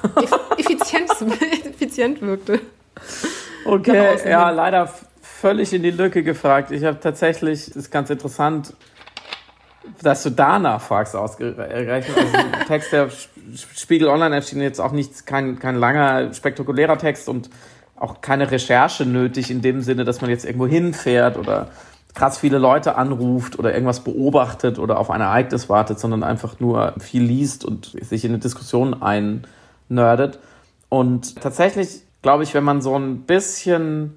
effizient wirkte. Okay, ja, leider völlig in die Lücke gefragt. Ich habe tatsächlich, das ist ganz interessant, dass du danach fragst, ausgerechnet. Also ein Text, der Spiegel Online erschien, jetzt auch kein langer, spektakulärer Text und auch keine Recherche nötig in dem Sinne, dass man jetzt irgendwo hinfährt oder krass viele Leute anruft oder irgendwas beobachtet oder auf ein Ereignis wartet, sondern einfach nur viel liest und sich in eine Diskussion einnördet. Und tatsächlich, glaube ich, wenn man so ein bisschen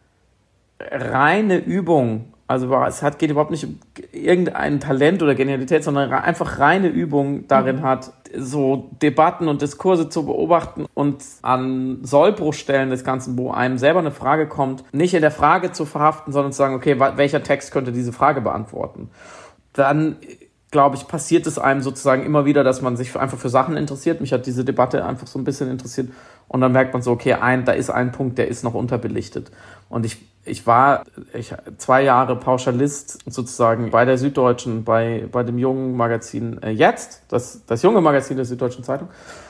reine Übung, also geht überhaupt nicht um irgendein Talent oder Genialität, sondern einfach reine Übung darin hat, so Debatten und Diskurse zu beobachten und an Sollbruchstellen des Ganzen, wo einem selber eine Frage kommt, nicht in der Frage zu verhaften, sondern zu sagen, okay, welcher Text könnte diese Frage beantworten? Dann, glaube ich, passiert es einem sozusagen immer wieder, dass man sich einfach für Sachen interessiert. Mich hat diese Debatte einfach so ein bisschen interessiert. Und dann merkt man so, okay, da ist ein Punkt, der ist noch unterbelichtet. Und ich war 2 Jahre Pauschalist sozusagen bei der Süddeutschen, bei dem jungen Magazin Jetzt, das junge Magazin der Süddeutschen Zeitung.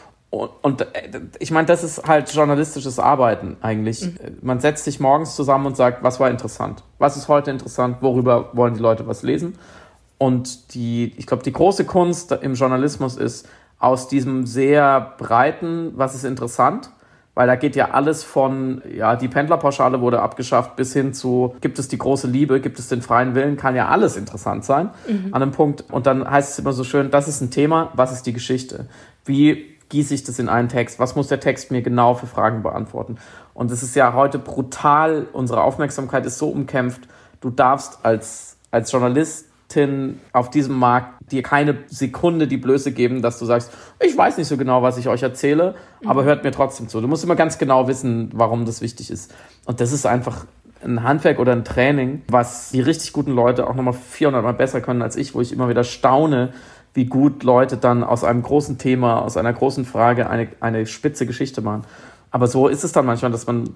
Und ich meine, das ist halt journalistisches Arbeiten eigentlich. Man setzt sich morgens zusammen und sagt, was war interessant? Was ist heute interessant? Worüber wollen die Leute was lesen? Und ich glaube, die große Kunst im Journalismus ist, aus diesem sehr breiten, was ist interessant, weil da geht ja alles von, die Pendlerpauschale wurde abgeschafft, bis hin zu, gibt es die große Liebe, gibt es den freien Willen, kann ja alles interessant sein an einem Punkt. Und dann heißt es immer so schön, das ist ein Thema, was ist die Geschichte? Wie gieße ich das in einen Text? Was muss der Text mir genau für Fragen beantworten? Und es ist ja heute brutal, unsere Aufmerksamkeit ist so umkämpft, du darfst als Journalist auf diesem Markt dir keine Sekunde die Blöße geben, dass du sagst, ich weiß nicht so genau, was ich euch erzähle, aber hört mir trotzdem zu. Du musst immer ganz genau wissen, warum das wichtig ist. Und das ist einfach ein Handwerk oder ein Training, was die richtig guten Leute auch nochmal 400 Mal besser können als ich, wo ich immer wieder staune, wie gut Leute dann aus einem großen Thema, aus einer großen Frage eine spitze Geschichte machen. Aber so ist es dann manchmal, dass man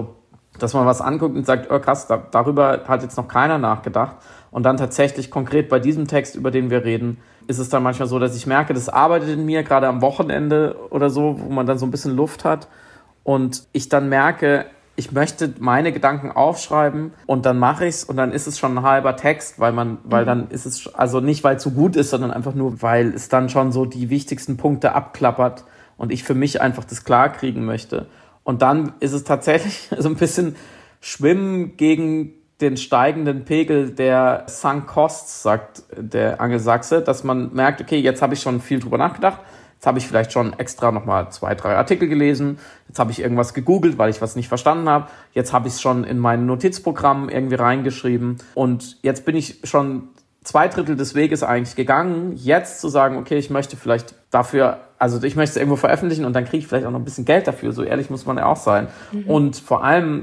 was anguckt und sagt, oh krass, darüber hat jetzt noch keiner nachgedacht. Und dann tatsächlich konkret bei diesem Text, über den wir reden, ist es dann manchmal so, dass ich merke, das arbeitet in mir, gerade am Wochenende oder so, wo man dann so ein bisschen Luft hat. Und ich dann merke, ich möchte meine Gedanken aufschreiben und dann mache ich es und dann ist es schon ein halber Text, weil dann ist es, also nicht, weil es so gut ist, sondern einfach nur, weil es dann schon so die wichtigsten Punkte abklappert und ich für mich einfach das klar kriegen möchte. Und dann ist es tatsächlich so ein bisschen Schwimmen gegen den steigenden Pegel der Sunk Costs, sagt der Angelsachse, dass man merkt, okay, jetzt habe ich schon viel drüber nachgedacht, jetzt habe ich vielleicht schon extra nochmal 2, 3 Artikel gelesen, jetzt habe ich irgendwas gegoogelt, weil ich was nicht verstanden habe, jetzt habe ich es schon in mein Notizprogramm irgendwie reingeschrieben und jetzt bin ich schon 2/3 des Weges eigentlich gegangen, jetzt zu sagen, okay, ich möchte vielleicht dafür, also ich möchte es irgendwo veröffentlichen und dann kriege ich vielleicht auch noch ein bisschen Geld dafür, so ehrlich muss man ja auch sein. Und vor allem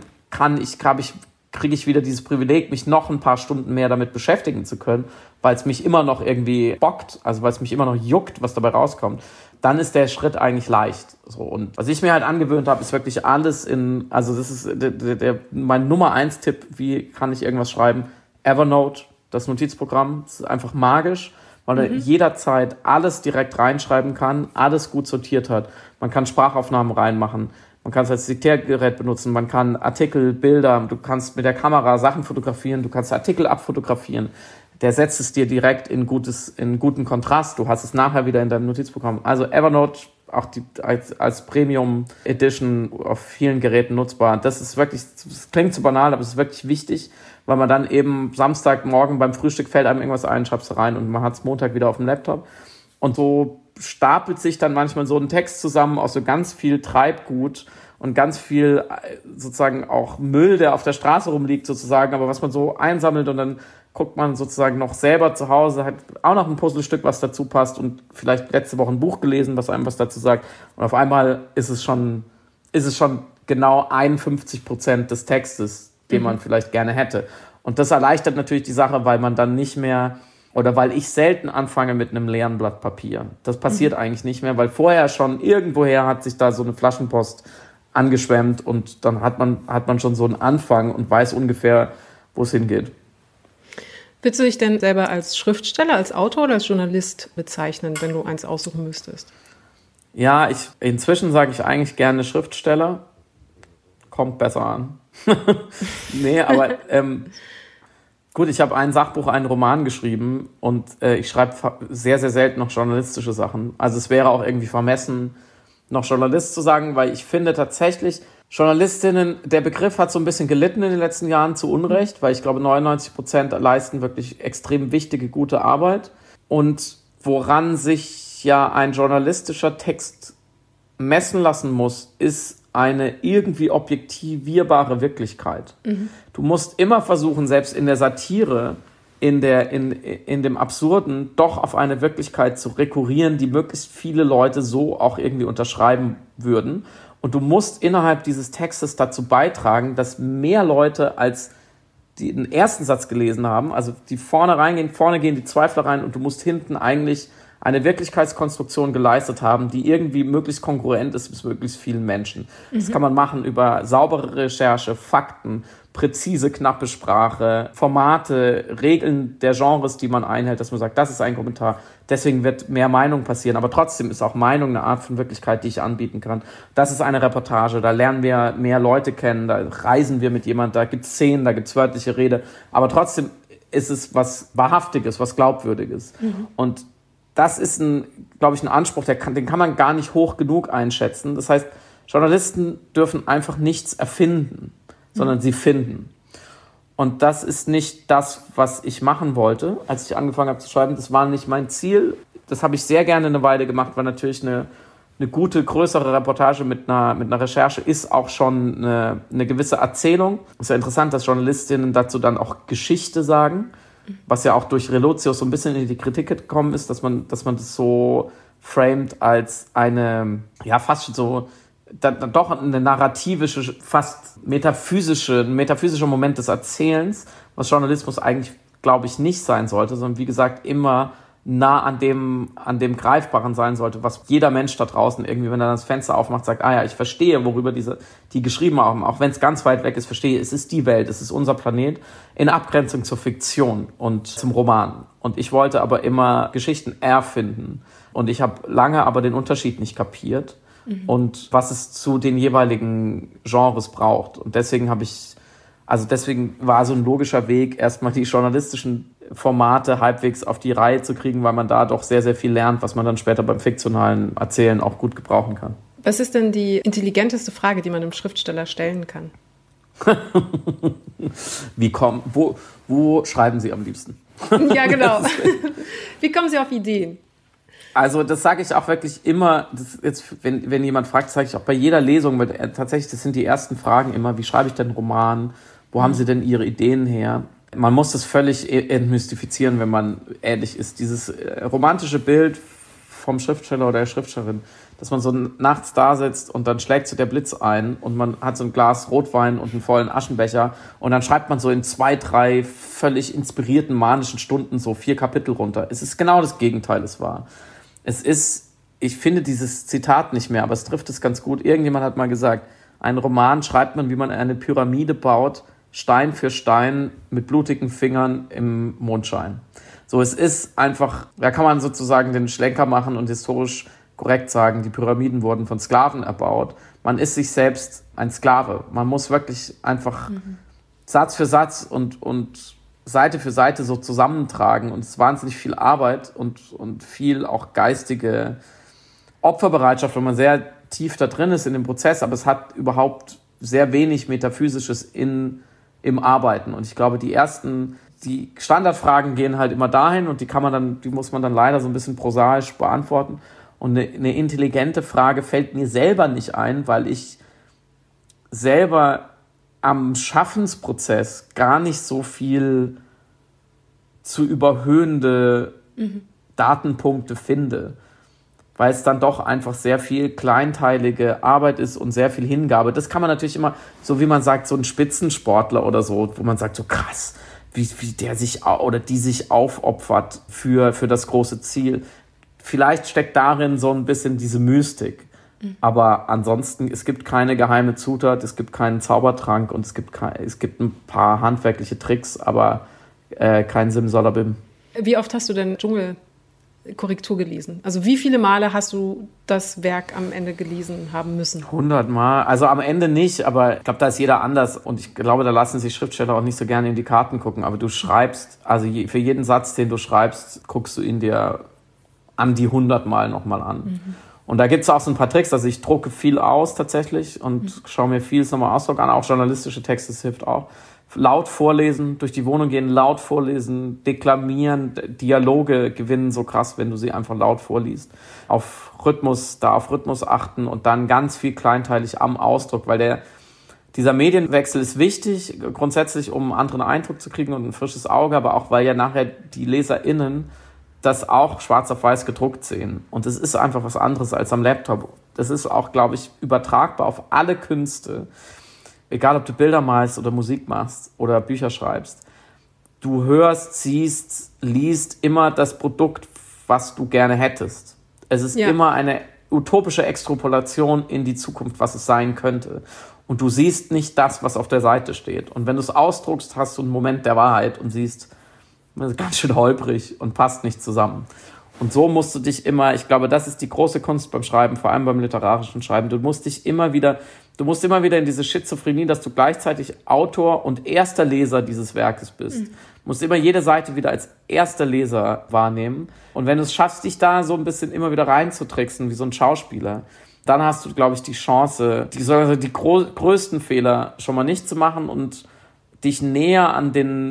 kriege ich wieder dieses Privileg, mich noch ein paar Stunden mehr damit beschäftigen zu können, weil es mich immer noch irgendwie bockt, also weil es mich immer noch juckt, was dabei rauskommt, dann ist der Schritt eigentlich leicht. So. Und was ich mir halt angewöhnt habe, ist wirklich alles also das ist mein Nummer 1 Tipp, wie kann ich irgendwas schreiben? Evernote, das Notizprogramm, das ist einfach magisch, weil er jederzeit alles direkt reinschreiben kann, alles gut sortiert hat. Man kann Sprachaufnahmen reinmachen. man kann es als Diktiergerät benutzen, man kann Artikel, Bilder, du kannst mit der Kamera Sachen fotografieren, du kannst Artikel abfotografieren. Der setzt es dir direkt in guten Kontrast. Du hast es nachher wieder in deinem Notizprogramm. Also Evernote, auch als Premium Edition auf vielen Geräten nutzbar. Das klingt zu banal, aber es ist wirklich wichtig, weil man dann eben Samstagmorgen beim Frühstück fällt einem irgendwas ein, schreibst du rein und man hat es Montag wieder auf dem Laptop. Und so stapelt sich dann manchmal so ein Text zusammen aus so ganz viel Treibgut und ganz viel sozusagen auch Müll, der auf der Straße rumliegt sozusagen, aber was man so einsammelt und dann guckt man sozusagen noch selber zu Hause, hat auch noch ein Puzzlestück, was dazu passt und vielleicht letzte Woche ein Buch gelesen, was einem was dazu sagt. Und auf einmal ist es schon genau 51% des Textes, den man vielleicht gerne hätte. Und das erleichtert natürlich die Sache, weil man dann nicht mehr, oder weil ich selten anfange mit einem leeren Blatt Papier. Das passiert eigentlich nicht mehr, weil vorher schon irgendwoher hat sich da so eine Flaschenpost angeschwemmt und dann hat man schon so einen Anfang und weiß ungefähr, wo es hingeht. Würdest du dich denn selber als Schriftsteller, als Autor oder als Journalist bezeichnen, wenn du eins aussuchen müsstest? Ja, inzwischen sage ich eigentlich gerne Schriftsteller. Kommt besser an. Nee, aber gut, ich habe ein Sachbuch, einen Roman geschrieben und ich schreibe sehr, sehr selten noch journalistische Sachen. Also es wäre auch irgendwie vermessen, noch Journalist zu sagen, weil ich finde tatsächlich, Journalistinnen, der Begriff hat so ein bisschen gelitten in den letzten Jahren zu Unrecht, weil ich glaube 99% leisten wirklich extrem wichtige, gute Arbeit. Und woran sich ja ein journalistischer Text messen lassen muss, ist eine irgendwie objektivierbare Wirklichkeit. Mhm. Du musst immer versuchen, selbst in der Satire, in dem Absurden, doch auf eine Wirklichkeit zu rekurrieren, die möglichst viele Leute so auch irgendwie unterschreiben würden. Und du musst innerhalb dieses Textes dazu beitragen, dass mehr Leute als die den ersten Satz gelesen haben, also die vorne gehen die Zweifler rein und du musst hinten eigentlich eine Wirklichkeitskonstruktion geleistet haben, die irgendwie möglichst kongruent ist mit möglichst vielen Menschen. Mhm. Das kann man machen über saubere Recherche, Fakten, präzise, knappe Sprache, Formate, Regeln der Genres, die man einhält, dass man sagt, das ist ein Kommentar, deswegen wird mehr Meinung passieren, aber trotzdem ist auch Meinung eine Art von Wirklichkeit, die ich anbieten kann. Das ist eine Reportage, da lernen wir mehr Leute kennen, da reisen wir mit jemandem, da gibt es Szenen, da gibt es wörtliche Rede, aber trotzdem ist es was Wahrhaftiges, was Glaubwürdiges. Mhm. Und das ist glaube ich, ein Anspruch, den kann man gar nicht hoch genug einschätzen. Das heißt, Journalisten dürfen einfach nichts erfinden, sondern sie finden. Und das ist nicht das, was ich machen wollte, als ich angefangen habe zu schreiben. Das war nicht mein Ziel. Das habe ich sehr gerne eine Weile gemacht, weil natürlich eine gute, größere Reportage mit einer Recherche ist auch schon eine gewisse Erzählung. Es ist ja interessant, dass Journalistinnen dazu dann auch Geschichte sagen, was ja auch durch Relotius so ein bisschen in die Kritik gekommen ist, dass man das so framed als eine, ja, fast schon so, dann doch eine narrativische, fast ein metaphysischer Moment des Erzählens, was Journalismus eigentlich, glaube ich, nicht sein sollte, sondern wie gesagt immer nah an dem Greifbaren sein sollte, was jeder Mensch da draußen irgendwie, wenn er das Fenster aufmacht, sagt, ah ja, ich verstehe, worüber die geschrieben haben, auch wenn es ganz weit weg ist, verstehe, es ist die Welt, es ist unser Planet, in Abgrenzung zur Fiktion und zum Roman. Und ich wollte aber immer Geschichten erfinden. Und ich habe lange aber den Unterschied nicht kapiert und was es zu den jeweiligen Genres braucht. Und deswegen war so ein logischer Weg, erstmal die journalistischen Formate halbwegs auf die Reihe zu kriegen, weil man da doch sehr, sehr viel lernt, was man dann später beim fiktionalen Erzählen auch gut gebrauchen kann. Was ist denn die intelligenteste Frage, die man einem Schriftsteller stellen kann? Wo schreiben Sie am liebsten? Ja, genau. Wie kommen Sie auf Ideen? Also das sage ich auch wirklich immer, wenn jemand fragt, sage ich auch bei jeder Lesung, weil tatsächlich, das sind die ersten Fragen immer, wie schreibe ich denn einen Roman? Wo haben Sie denn Ihre Ideen her? Man muss das völlig entmystifizieren, wenn man ehrlich ist. Dieses romantische Bild vom Schriftsteller oder der Schriftstellerin, dass man so nachts da sitzt und dann schlägt so der Blitz ein und man hat so ein Glas Rotwein und einen vollen Aschenbecher und dann schreibt man so in 2, 3 völlig inspirierten, manischen Stunden so 4 Kapitel runter. Es ist genau das Gegenteil, es war. Ich finde dieses Zitat nicht mehr, aber es trifft es ganz gut. Irgendjemand hat mal gesagt, einen Roman schreibt man, wie man eine Pyramide baut, Stein für Stein mit blutigen Fingern im Mondschein. So, es ist einfach, da kann man sozusagen den Schlenker machen und historisch korrekt sagen, die Pyramiden wurden von Sklaven erbaut. Man ist sich selbst ein Sklave. Man muss wirklich einfach Satz für Satz und Seite für Seite so zusammentragen. Und es ist wahnsinnig viel Arbeit und viel auch geistige Opferbereitschaft, wenn man sehr tief da drin ist in dem Prozess. Aber es hat überhaupt sehr wenig Metaphysisches im Arbeiten. Und ich glaube, die Standardfragen gehen halt immer dahin und die muss man dann leider so ein bisschen prosaisch beantworten. Und eine intelligente Frage fällt mir selber nicht ein, weil ich selber am Schaffensprozess gar nicht so viel zu überhöhende Datenpunkte finde, weil es dann doch einfach sehr viel kleinteilige Arbeit ist und sehr viel Hingabe. Das kann man natürlich immer, so wie man sagt, so ein Spitzensportler oder so, wo man sagt, so krass, wie der sich oder die sich aufopfert für das große Ziel. Vielleicht steckt darin so ein bisschen diese Mystik. Aber ansonsten, es gibt keine geheime Zutat, es gibt keinen Zaubertrank und es gibt ein paar handwerkliche Tricks, aber kein Simsalabim. Wie oft hast du denn Dschungelkorrektur gelesen? Also wie viele Male hast du das Werk am Ende gelesen haben müssen? 100 Mal. Also am Ende nicht, aber ich glaube, da ist jeder anders. Und ich glaube, da lassen sich Schriftsteller auch nicht so gerne in die Karten gucken. Aber du schreibst, also für jeden Satz, den du schreibst, guckst du ihn dir an die 100 Mal nochmal an. Und da gibt es auch so ein paar Tricks. Also ich drucke viel aus tatsächlich und schaue mir vieles nochmal Ausdruck an. Auch journalistische Texte, das hilft auch. Laut vorlesen, durch die Wohnung gehen, laut vorlesen, deklamieren. Dialoge gewinnen so krass, wenn du sie einfach laut vorliest. Auf Rhythmus achten und dann ganz viel kleinteilig am Ausdruck, weil dieser Medienwechsel ist wichtig, grundsätzlich, um einen anderen Eindruck zu kriegen und ein frisches Auge, aber auch, weil ja nachher die LeserInnen das auch schwarz auf weiß gedruckt sehen. Und es ist einfach was anderes als am Laptop. Das ist auch, glaube ich, übertragbar auf alle Künste. Egal, ob du Bilder malst oder Musik machst oder Bücher schreibst. Du hörst, siehst, liest immer das Produkt, was du gerne hättest. Es ist immer eine utopische Extrapolation in die Zukunft, was es sein könnte. Und du siehst nicht das, was auf der Seite steht. Und wenn du es ausdruckst, hast du einen Moment der Wahrheit und siehst, das ist ganz schön holprig und passt nicht zusammen. Und so musst du dich immer, ich glaube, das ist die große Kunst beim Schreiben, vor allem beim literarischen Schreiben. Du musst immer wieder in diese Schizophrenie, dass du gleichzeitig Autor und erster Leser dieses Werkes bist. Du musst immer jede Seite wieder als erster Leser wahrnehmen. Und wenn du es schaffst, dich da so ein bisschen immer wieder reinzutricksen, wie so ein Schauspieler, dann hast du, glaube ich, die Chance, die größten Fehler schon mal nicht zu machen und dich näher an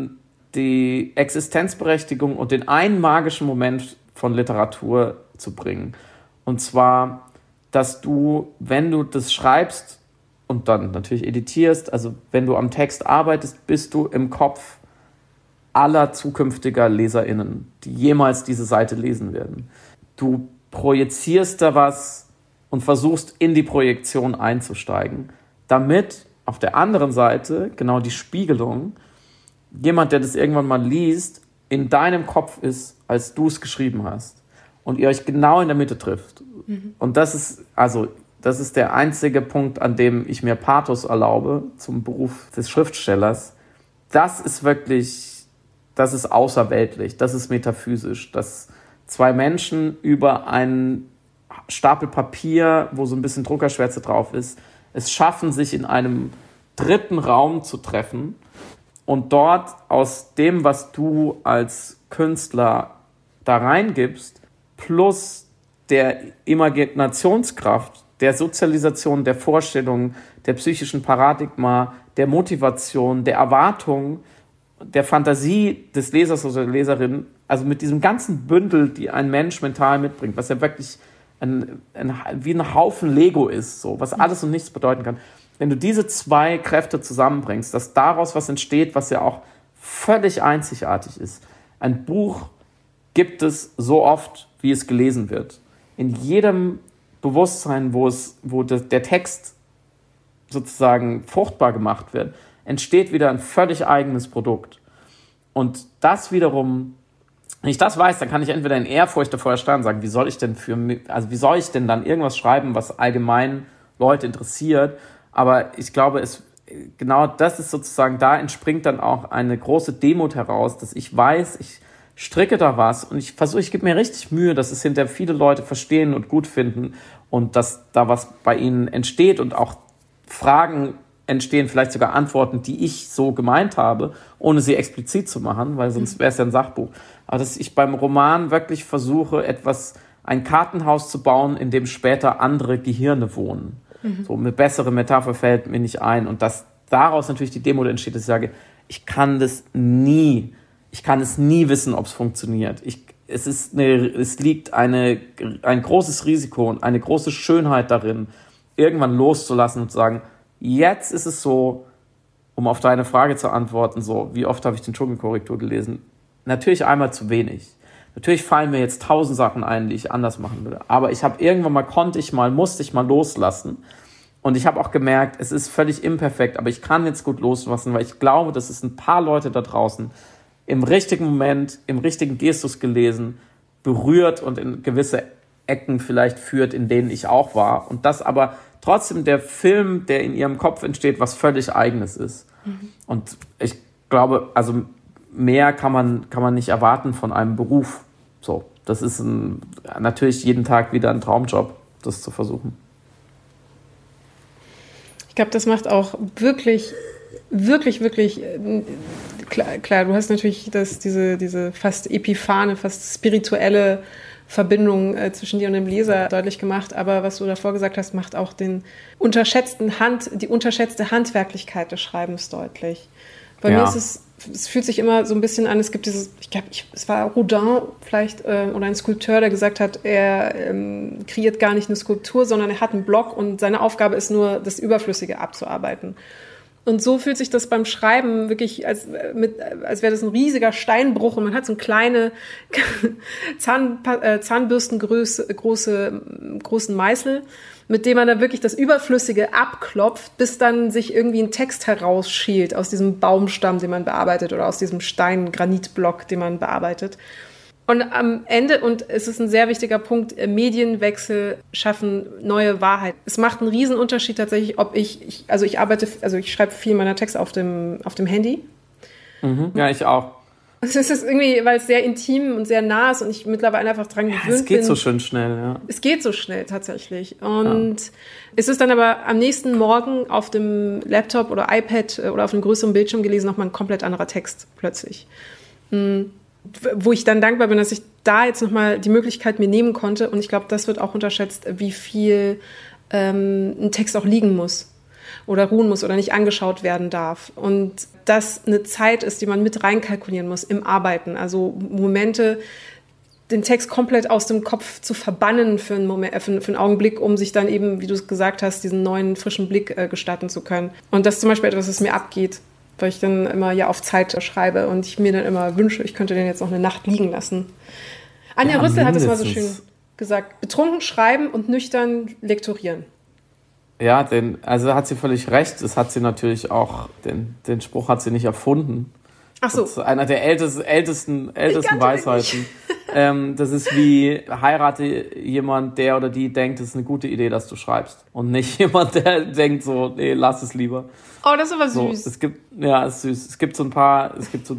die Existenzberechtigung und den einen magischen Moment von Literatur zu bringen. Und zwar, dass du, wenn du das schreibst und dann natürlich editierst, also wenn du am Text arbeitest, bist du im Kopf aller zukünftiger LeserInnen, die jemals diese Seite lesen werden. Du projizierst da was und versuchst in die Projektion einzusteigen, damit auf der anderen Seite genau die Spiegelung, jemand, der das irgendwann mal liest, in deinem Kopf ist, als du es geschrieben hast und ihr euch genau in der Mitte trifft. Und das ist der einzige Punkt, an dem ich mir Pathos erlaube zum Beruf des Schriftstellers. Das ist außerweltlich, das ist metaphysisch, dass zwei Menschen über einen Stapel Papier, wo so ein bisschen Druckerschwärze drauf ist, es schaffen, sich in einem dritten Raum zu treffen und dort aus dem, was du als Künstler da reingibst, plus der Imaginationskraft, der Sozialisation, der Vorstellung, der psychischen Paradigma, der Motivation, der Erwartung, der Fantasie des Lesers oder der Leserin, also mit diesem ganzen Bündel, die ein Mensch mental mitbringt, was ja wirklich wie ein Haufen Lego ist, so, was alles und nichts bedeuten kann. Wenn du diese zwei Kräfte zusammenbringst, dass daraus was entsteht, was ja auch völlig einzigartig ist. Ein Buch gibt es so oft, wie es gelesen wird. In jedem Bewusstsein, wo der Text sozusagen fruchtbar gemacht wird, entsteht wieder ein völlig eigenes Produkt. Und das wiederum, wenn ich das weiß, dann kann ich entweder in Ehrfurcht davor erstarren und sagen, wie soll ich denn dann irgendwas schreiben, was allgemein Leute interessiert? Aber ich glaube, genau das ist sozusagen, da entspringt dann auch eine große Demut heraus, dass ich weiß, stricke da was und ich gebe mir richtig Mühe, dass es hinterher viele Leute verstehen und gut finden und dass da was bei ihnen entsteht und auch Fragen entstehen, vielleicht sogar Antworten, die ich so gemeint habe, ohne sie explizit zu machen, weil sonst wäre es ja ein Sachbuch. Aber dass ich beim Roman wirklich versuche, ein Kartenhaus zu bauen, in dem später andere Gehirne wohnen. So eine bessere Metapher fällt mir nicht ein. Und dass daraus natürlich die Demut entsteht, dass ich sage, ich kann es nie wissen, ob es funktioniert. Es liegt ein großes Risiko und eine große Schönheit darin, irgendwann loszulassen und zu sagen, jetzt ist es so, um auf deine Frage zu antworten, so, wie oft habe ich den Dschungelkorrektur gelesen? Natürlich einmal zu wenig. Natürlich fallen mir jetzt 1000 Sachen ein, die ich anders machen würde. Aber musste ich mal loslassen. Und ich habe auch gemerkt, es ist völlig imperfekt, aber ich kann jetzt gut loslassen, weil ich glaube, dass es ein paar Leute da draußen im richtigen Moment, im richtigen Gestus gelesen, berührt und in gewisse Ecken vielleicht führt, in denen ich auch war. Und das aber trotzdem der Film, der in ihrem Kopf entsteht, was völlig Eigenes ist. Und ich glaube, also mehr kann man nicht erwarten von einem Beruf. So, das ist natürlich jeden Tag wieder ein Traumjob, das zu versuchen. Ich glaube, das macht auch wirklich, wirklich, wirklich klar. Du hast natürlich diese fast epiphane, fast spirituelle Verbindung zwischen dir und dem Leser deutlich gemacht. Aber was du davor gesagt hast, macht auch die unterschätzte Handwerklichkeit des Schreibens deutlich. Bei mir ist es fühlt sich immer so ein bisschen an, es gibt es war Rodin vielleicht oder ein Skulpteur, der gesagt hat, er kreiert gar nicht eine Skulptur, sondern er hat einen Block und seine Aufgabe ist nur, das Überflüssige abzuarbeiten. Und so fühlt sich das beim Schreiben wirklich, als wäre das ein riesiger Steinbruch und man hat so eine kleine Zahnbürstengröße, großen Meißel, mit dem man dann wirklich das Überflüssige abklopft, bis dann sich irgendwie ein Text herausschält aus diesem Baumstamm, den man bearbeitet, oder aus diesem Stein-Granitblock, den man bearbeitet. Und am Ende, und es ist ein sehr wichtiger Punkt, Medienwechsel schaffen neue Wahrheit. Es macht einen riesen Unterschied tatsächlich, ob ich schreibe viel meiner Texte auf dem Handy. Ja, ich auch. Es ist irgendwie, weil es sehr intim und sehr nah ist und ich mittlerweile einfach dran gewöhnt bin. Es geht so schön schnell, ja. Es geht so schnell tatsächlich. Und es ist dann aber am nächsten Morgen auf dem Laptop oder iPad oder auf einem größeren Bildschirm gelesen nochmal ein komplett anderer Text plötzlich. Wo ich dann dankbar bin, dass ich da jetzt nochmal die Möglichkeit mir nehmen konnte. Und ich glaube, das wird auch unterschätzt, wie viel ein Text auch liegen muss oder ruhen muss oder nicht angeschaut werden darf. Und das eine Zeit ist, die man mit reinkalkulieren muss im Arbeiten. Also Momente, den Text komplett aus dem Kopf zu verbannen für einen Moment, für einen Augenblick, um sich dann eben, wie du es gesagt hast, diesen neuen, frischen Blick gestatten zu können. Und das ist zum Beispiel etwas, was mir abgeht, weil ich dann immer auf Zeit schreibe und ich mir dann immer wünsche, ich könnte den jetzt noch eine Nacht liegen lassen. Anja Rüssel hat es mal so schön gesagt, betrunken schreiben und nüchtern lektorieren. Ja, also hat sie völlig recht. Das hat sie natürlich auch, den Spruch hat sie nicht erfunden. Ach so. Das ist einer der ältesten Weisheiten. Das ist wie, heirate jemand, der oder die denkt, es ist eine gute Idee, dass du schreibst. Und nicht jemand, der denkt so, nee, lass es lieber. Oh, das ist aber süß. So, ist süß. Es gibt so ein paar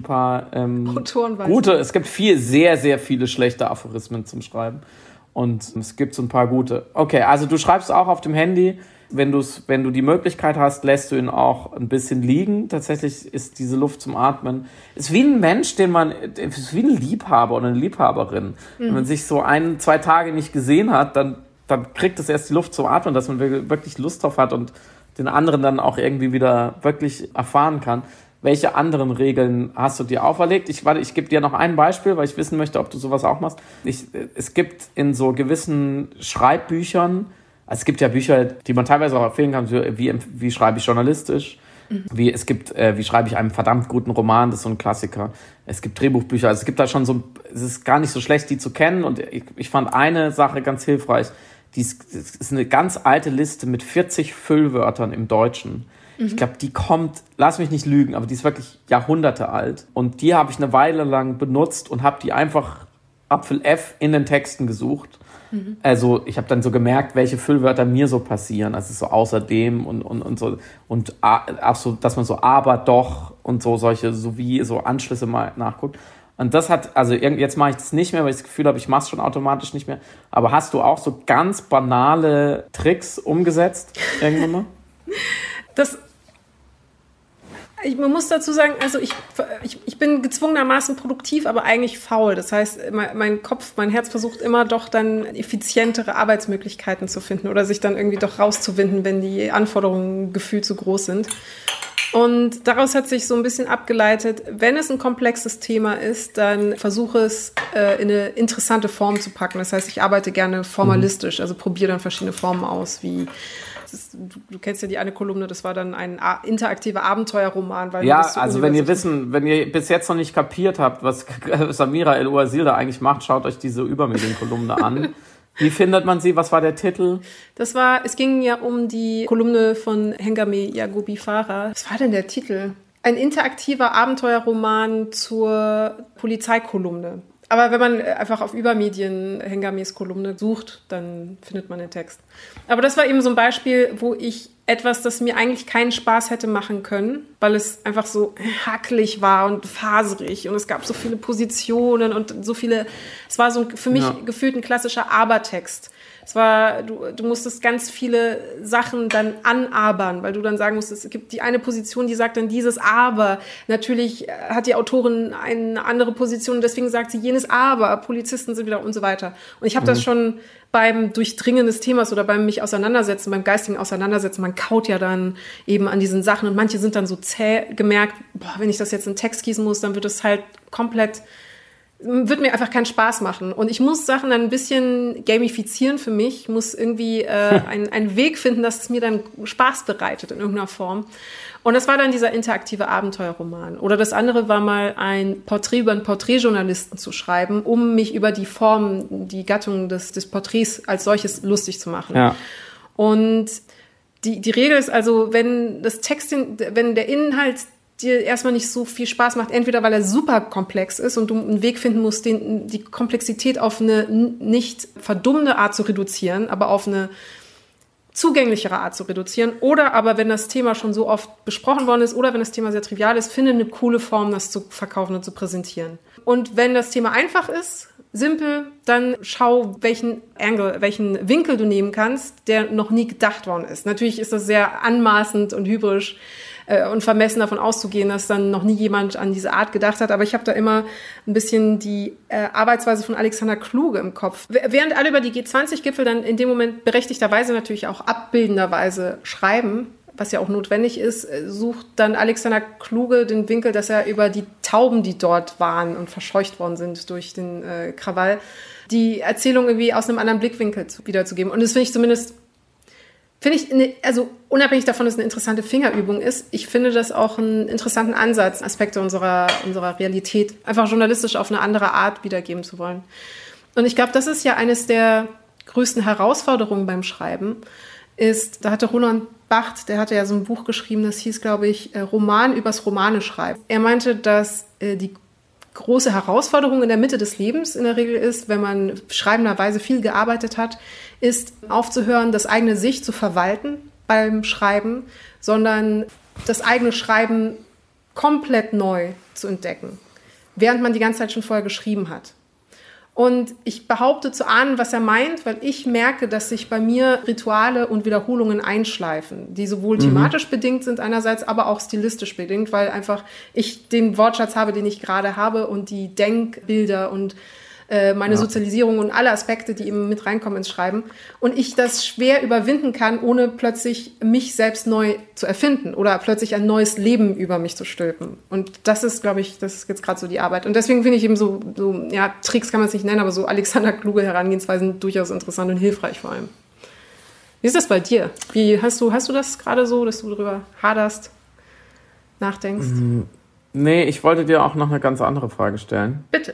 Autorenweisheiten. Es gibt sehr, sehr viele schlechte Aphorismen zum Schreiben. Und es gibt so ein paar gute. Okay, also du schreibst auch auf dem Handy. Wenn du die Möglichkeit hast, lässt du ihn auch ein bisschen liegen. Tatsächlich ist diese Luft zum Atmen, ist wie ein Mensch, ist wie ein Liebhaber oder eine Liebhaberin. Wenn man sich so 1-2 Tage nicht gesehen hat, dann kriegt es erst die Luft zum Atmen, dass man wirklich Lust drauf hat und den anderen dann auch irgendwie wieder wirklich erfahren kann. Welche anderen Regeln hast du dir auferlegt? Ich gebe dir noch ein Beispiel, weil ich wissen möchte, ob du sowas auch machst. Es gibt in so gewissen Schreibbüchern, also es gibt ja Bücher, die man teilweise auch empfehlen kann, wie schreibe ich journalistisch, wie schreibe ich einen verdammt guten Roman, das ist so ein Klassiker. Es gibt Drehbuchbücher, also es gibt da schon es ist gar nicht so schlecht, die zu kennen, und ich fand eine Sache ganz hilfreich, das ist eine ganz alte Liste mit 40 Füllwörtern im Deutschen. Ich glaube, die kommt, lass mich nicht lügen, aber die ist wirklich Jahrhunderte alt, und die habe ich eine Weile lang benutzt und habe die einfach Apfel F in den Texten gesucht. Also ich habe dann so gemerkt, welche Füllwörter mir so passieren, also so außerdem und so, und auch so, dass man so aber doch und so solche, so wie so Anschlüsse mal nachguckt. Und das hat, also jetzt mache ich das nicht mehr, weil ich das Gefühl habe, ich mache es schon automatisch nicht mehr. Aber hast du auch so ganz banale Tricks umgesetzt irgendwann mal? Man muss dazu sagen, also ich bin gezwungenermaßen produktiv, aber eigentlich faul. Das heißt, mein Herz versucht immer doch dann effizientere Arbeitsmöglichkeiten zu finden oder sich dann irgendwie doch rauszuwinden, wenn die Anforderungen gefühlt zu groß sind. Und daraus hat sich so ein bisschen abgeleitet, wenn es ein komplexes Thema ist, dann versuche es in eine interessante Form zu packen. Das heißt, ich arbeite gerne formalistisch, also probiere dann verschiedene Formen aus, wie du kennst ja die eine Kolumne, das war dann ein interaktiver Abenteuerroman. Weil ja, also wenn ihr bis jetzt noch nicht kapiert habt, was Samira El-Ouasil da eigentlich macht, schaut euch diese Übermedienkolumne an. Wie findet man sie? Was war der Titel? Es ging ja um die Kolumne von Hengame Yaghoubi Farah. Was war denn der Titel? Ein interaktiver Abenteuerroman zur Polizeikolumne. Aber wenn man einfach auf Übermedien Hengames Kolumne sucht, dann findet man den Text. Aber das war eben so ein Beispiel, wo ich etwas, das mir eigentlich keinen Spaß hätte machen können, weil es einfach so hackelig war und faserig und es gab so viele Positionen und es war so für mich gefühlt ein klassischer Abertext. Du musstest ganz viele Sachen dann anabern, weil du dann sagen musstest, es gibt die eine Position, die sagt dann dieses Aber. Natürlich hat die Autorin eine andere Position, deswegen sagt sie jenes Aber. Polizisten sind wieder und so weiter. Und ich habe das schon beim Durchdringen des Themas oder beim mich auseinandersetzen, beim geistigen Auseinandersetzen, man kaut ja dann eben an diesen Sachen und manche sind dann so zäh gemerkt, wenn ich das jetzt in Text gießen muss, dann wird es halt wird mir einfach keinen Spaß machen. Und ich muss Sachen dann ein bisschen gamifizieren für mich. Ich muss irgendwie einen Weg finden, dass es mir dann Spaß bereitet in irgendeiner Form. Und das war dann dieser interaktive Abenteuerroman. Oder das andere war mal ein Porträt über einen Porträtjournalisten zu schreiben, um mich über die Form, die Gattung des Porträts als solches lustig zu machen. Ja. Und die Regel ist also, wenn der Inhalt dir erstmal nicht so viel Spaß macht, entweder weil er super komplex ist und du einen Weg finden musst, die Komplexität auf eine nicht verdummende Art zu reduzieren, aber auf eine zugänglichere Art zu reduzieren, oder aber wenn das Thema schon so oft besprochen worden ist oder wenn das Thema sehr trivial ist, finde eine coole Form, das zu verkaufen und zu präsentieren. Und wenn das Thema einfach ist, simpel, dann schau, welchen Winkel du nehmen kannst, der noch nie gedacht worden ist. Natürlich ist das sehr anmaßend und hybrisch und vermessen davon auszugehen, dass dann noch nie jemand an diese Art gedacht hat. Aber ich habe da immer ein bisschen die Arbeitsweise von Alexander Kluge im Kopf. Während alle über die G20-Gipfel dann in dem Moment berechtigterweise natürlich auch abbildenderweise schreiben, was ja auch notwendig ist, sucht dann Alexander Kluge den Winkel, dass er über die Tauben, die dort waren und verscheucht worden sind durch den Krawall, die Erzählung irgendwie aus einem anderen Blickwinkel wiederzugeben. Und das also unabhängig davon, dass es eine interessante Fingerübung ist, ich finde das auch einen interessanten Ansatz, Aspekte unserer Realität einfach journalistisch auf eine andere Art wiedergeben zu wollen. Und ich glaube, das ist ja eines der größten Herausforderungen beim Schreiben, da hatte Roland Barthes, der hatte ja so ein Buch geschrieben, das hieß, glaube ich, Roman übers Romane schreiben. Er meinte, dass die große Herausforderung in der Mitte des Lebens in der Regel ist, wenn man schreibenderweise viel gearbeitet hat, ist aufzuhören, das eigene Sich zu verwalten beim Schreiben, sondern das eigene Schreiben komplett neu zu entdecken, während man die ganze Zeit schon vorher geschrieben hat. Und ich behaupte zu ahnen, was er meint, weil ich merke, dass sich bei mir Rituale und Wiederholungen einschleifen, die sowohl thematisch bedingt sind einerseits, aber auch stilistisch bedingt, weil einfach ich den Wortschatz habe, den ich gerade habe und die Denkbilder und meine Sozialisierung und alle Aspekte, die eben mit reinkommen ins Schreiben. Und ich das schwer überwinden kann, ohne plötzlich mich selbst neu zu erfinden oder plötzlich ein neues Leben über mich zu stülpen. Und das ist, glaube ich, das ist jetzt gerade so die Arbeit. Und deswegen finde ich eben so Tricks kann man es nicht nennen, aber so Alexander Kluge Herangehensweisen durchaus interessant und hilfreich vor allem. Wie ist das bei dir? Hast du das gerade so, dass du darüber haderst, nachdenkst? Nee, ich wollte dir auch noch eine ganz andere Frage stellen. Bitte.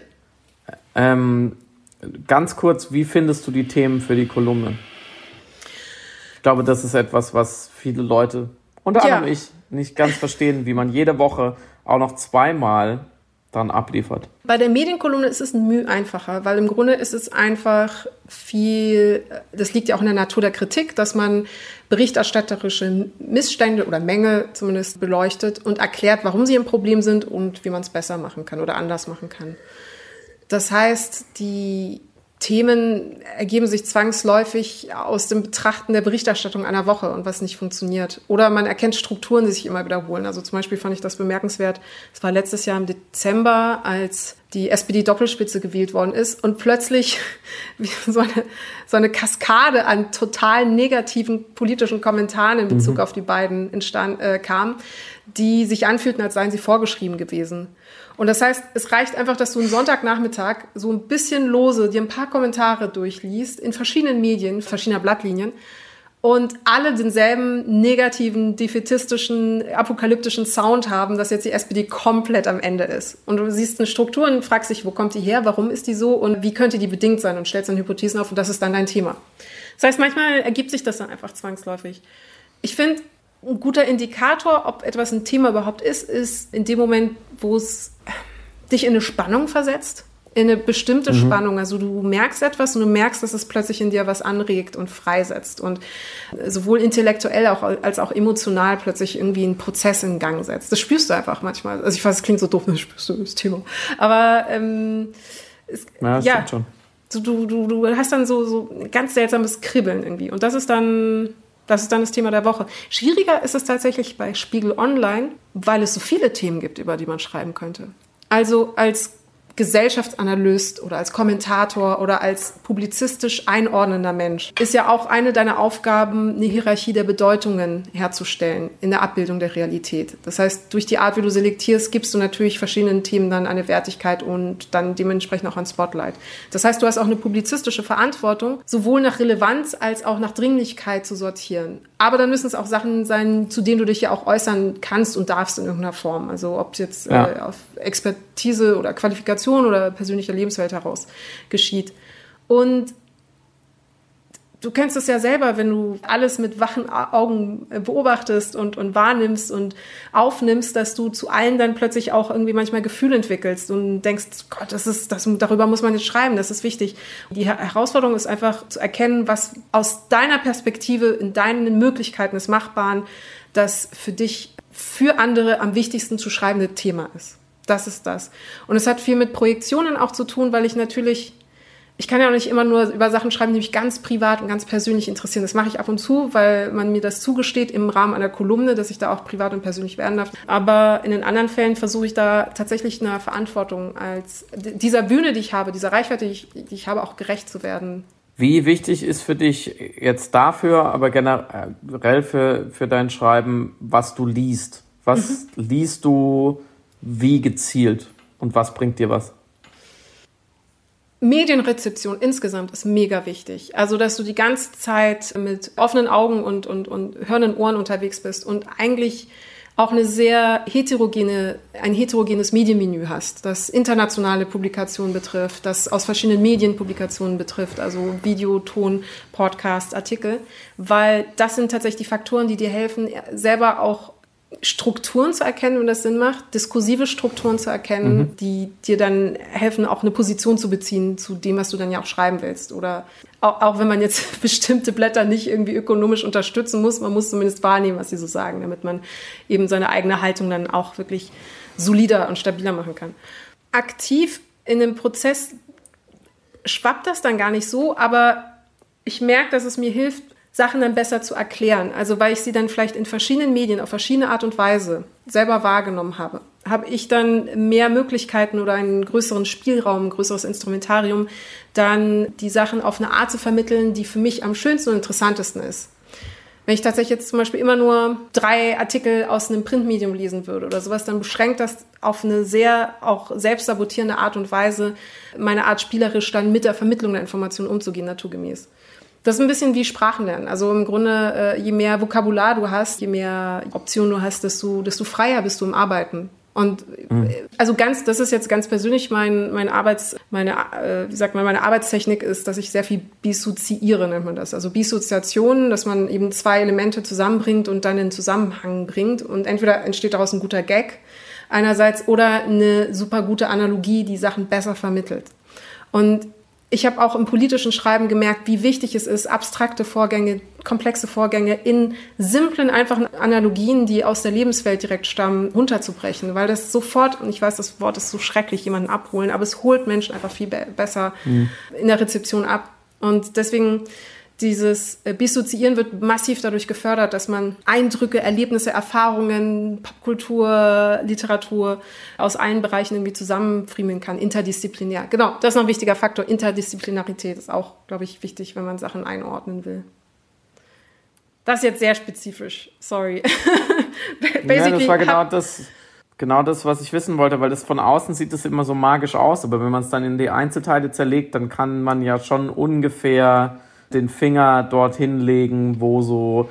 Ganz kurz, wie findest du die Themen für die Kolumne? Ich glaube, das ist etwas, was viele Leute, unter anderem ich, nicht ganz verstehen, wie man jede Woche auch noch zweimal dann abliefert? Bei der Medienkolumne ist es ein Mühe einfacher, weil im Grunde ist es einfach viel, das liegt ja auch in der Natur der Kritik, dass man berichterstatterische Missstände oder Mängel zumindest beleuchtet und erklärt, warum sie ein Problem sind und wie man es besser machen kann oder anders machen kann. Das heißt, die Themen ergeben sich zwangsläufig aus dem Betrachten der Berichterstattung einer Woche und was nicht funktioniert. Oder man erkennt Strukturen, die sich immer wiederholen. Also zum Beispiel fand ich das bemerkenswert. Es war letztes Jahr im Dezember, als die SPD-Doppelspitze gewählt worden ist und plötzlich so eine Kaskade an total negativen politischen Kommentaren in Bezug auf die beiden kam, die sich anfühlten, als seien sie vorgeschrieben gewesen. Und das heißt, es reicht einfach, dass du einen Sonntagnachmittag so ein bisschen lose dir ein paar Kommentare durchliest in verschiedenen Medien, verschiedener Blattlinien und alle denselben negativen, defätistischen, apokalyptischen Sound haben, dass jetzt die SPD komplett am Ende ist. Und du siehst eine Struktur und fragst dich, wo kommt die her, warum ist die so und wie könnte die bedingt sein und stellst dann Hypothesen auf und das ist dann dein Thema. Das heißt, manchmal ergibt sich das dann einfach zwangsläufig. Ich finde, ein guter Indikator, ob etwas ein Thema überhaupt ist in dem Moment, wo es dich in eine Spannung versetzt, in eine bestimmte Spannung. Also du merkst etwas und du merkst, dass es plötzlich in dir was anregt und freisetzt und sowohl intellektuell als auch emotional plötzlich irgendwie einen Prozess in Gang setzt. Das spürst du einfach manchmal. Also ich weiß, es klingt so doof, das spürst du das Thema. Aber stimmt schon. Du hast dann so ein ganz seltsames Kribbeln irgendwie. Und das ist dann das Thema der Woche. Schwieriger ist es tatsächlich bei Spiegel Online, weil es so viele Themen gibt, über die man schreiben könnte. Also als Gesellschaftsanalyst oder als Kommentator oder als publizistisch einordnender Mensch ist ja auch eine deiner Aufgaben, eine Hierarchie der Bedeutungen herzustellen in der Abbildung der Realität. Das heißt, durch die Art, wie du selektierst, gibst du natürlich verschiedenen Themen dann eine Wertigkeit und dann dementsprechend auch ein Spotlight. Das heißt, du hast auch eine publizistische Verantwortung, sowohl nach Relevanz als auch nach Dringlichkeit zu sortieren. Aber dann müssen es auch Sachen sein, zu denen du dich ja auch äußern kannst und darfst in irgendeiner Form. Also ob es jetzt auf Expertise oder Qualifikation oder persönlicher Lebenswelt heraus geschieht. Und du kennst es ja selber, wenn du alles mit wachen Augen beobachtest und wahrnimmst und aufnimmst, dass du zu allen dann plötzlich auch irgendwie manchmal Gefühle entwickelst und denkst, Gott, darüber muss man jetzt schreiben, das ist wichtig. Die Herausforderung ist einfach zu erkennen, was aus deiner Perspektive in deinen Möglichkeiten des Machbaren das für dich, für andere am wichtigsten zu schreibende Thema ist. Das ist das. Und es hat viel mit Projektionen auch zu tun, weil ich kann ja auch nicht immer nur über Sachen schreiben, die mich ganz privat und ganz persönlich interessieren. Das mache ich ab und zu, weil man mir das zugesteht im Rahmen einer Kolumne, dass ich da auch privat und persönlich werden darf. Aber in den anderen Fällen versuche ich da tatsächlich einer Verantwortung als dieser Bühne, die ich habe, dieser Reichweite, die ich habe, auch gerecht zu werden. Wie wichtig ist für dich jetzt dafür, aber generell für dein Schreiben, was du liest? Was liest du wie gezielt und was bringt dir was? Medienrezeption insgesamt ist mega wichtig. Also, dass du die ganze Zeit mit offenen Augen und hörenden Ohren unterwegs bist und eigentlich auch ein heterogenes Medienmenü hast, das internationale Publikationen betrifft, das aus verschiedenen Medien Publikationen betrifft, also Video, Ton, Podcast, Artikel, weil das sind tatsächlich die Faktoren, die dir helfen, selber auch Strukturen zu erkennen, wenn das Sinn macht, diskursive Strukturen zu erkennen, die dir dann helfen, auch eine Position zu beziehen zu dem, was du dann ja auch schreiben willst. Oder auch wenn man jetzt bestimmte Blätter nicht irgendwie ökonomisch unterstützen muss, man muss zumindest wahrnehmen, was sie so sagen, damit man eben seine eigene Haltung dann auch wirklich solider und stabiler machen kann. Aktiv in einem Prozess schwappt das dann gar nicht so, aber ich merke, dass es mir hilft, Sachen dann besser zu erklären. Also weil ich sie dann vielleicht in verschiedenen Medien auf verschiedene Art und Weise selber wahrgenommen habe, habe ich dann mehr Möglichkeiten oder einen größeren Spielraum, ein größeres Instrumentarium, dann die Sachen auf eine Art zu vermitteln, die für mich am schönsten und interessantesten ist. Wenn ich tatsächlich jetzt zum Beispiel immer nur 3 Artikel aus einem Printmedium lesen würde oder sowas, dann beschränkt das auf eine sehr auch selbstsabotierende Art und Weise meine Art spielerisch dann mit der Vermittlung der Informationen umzugehen, naturgemäß. Das ist ein bisschen wie Sprachenlernen. Also im Grunde, je mehr Vokabular du hast, je mehr Optionen du hast, desto freier bist du im Arbeiten. Und also das ist jetzt ganz persönlich meine Arbeitstechnik ist, dass ich sehr viel bissoziiere, nennt man das. Also Bissoziation, dass man eben 2 Elemente zusammenbringt und dann in Zusammenhang bringt. Und entweder entsteht daraus ein guter Gag, einerseits oder eine super gute Analogie, die Sachen besser vermittelt. Und ich habe auch im politischen Schreiben gemerkt, wie wichtig es ist, abstrakte Vorgänge, komplexe Vorgänge in simplen, einfachen Analogien, die aus der Lebenswelt direkt stammen, runterzubrechen. Weil das sofort, und ich weiß, das Wort ist so schrecklich, jemanden abholen, aber es holt Menschen einfach viel besser in der Rezeption ab. Und deswegen dieses Dissoziieren wird massiv dadurch gefördert, dass man Eindrücke, Erlebnisse, Erfahrungen, Popkultur, Literatur aus allen Bereichen irgendwie zusammenfriemeln kann, interdisziplinär. Genau, das ist noch ein wichtiger Faktor. Interdisziplinarität ist auch, glaube ich, wichtig, wenn man Sachen einordnen will. Das ist jetzt sehr spezifisch, sorry. Ja, das war genau das, was ich wissen wollte, weil das von außen sieht das immer so magisch aus, aber wenn man es dann in die Einzelteile zerlegt, dann kann man ja schon ungefähr den Finger dorthin legen, wo so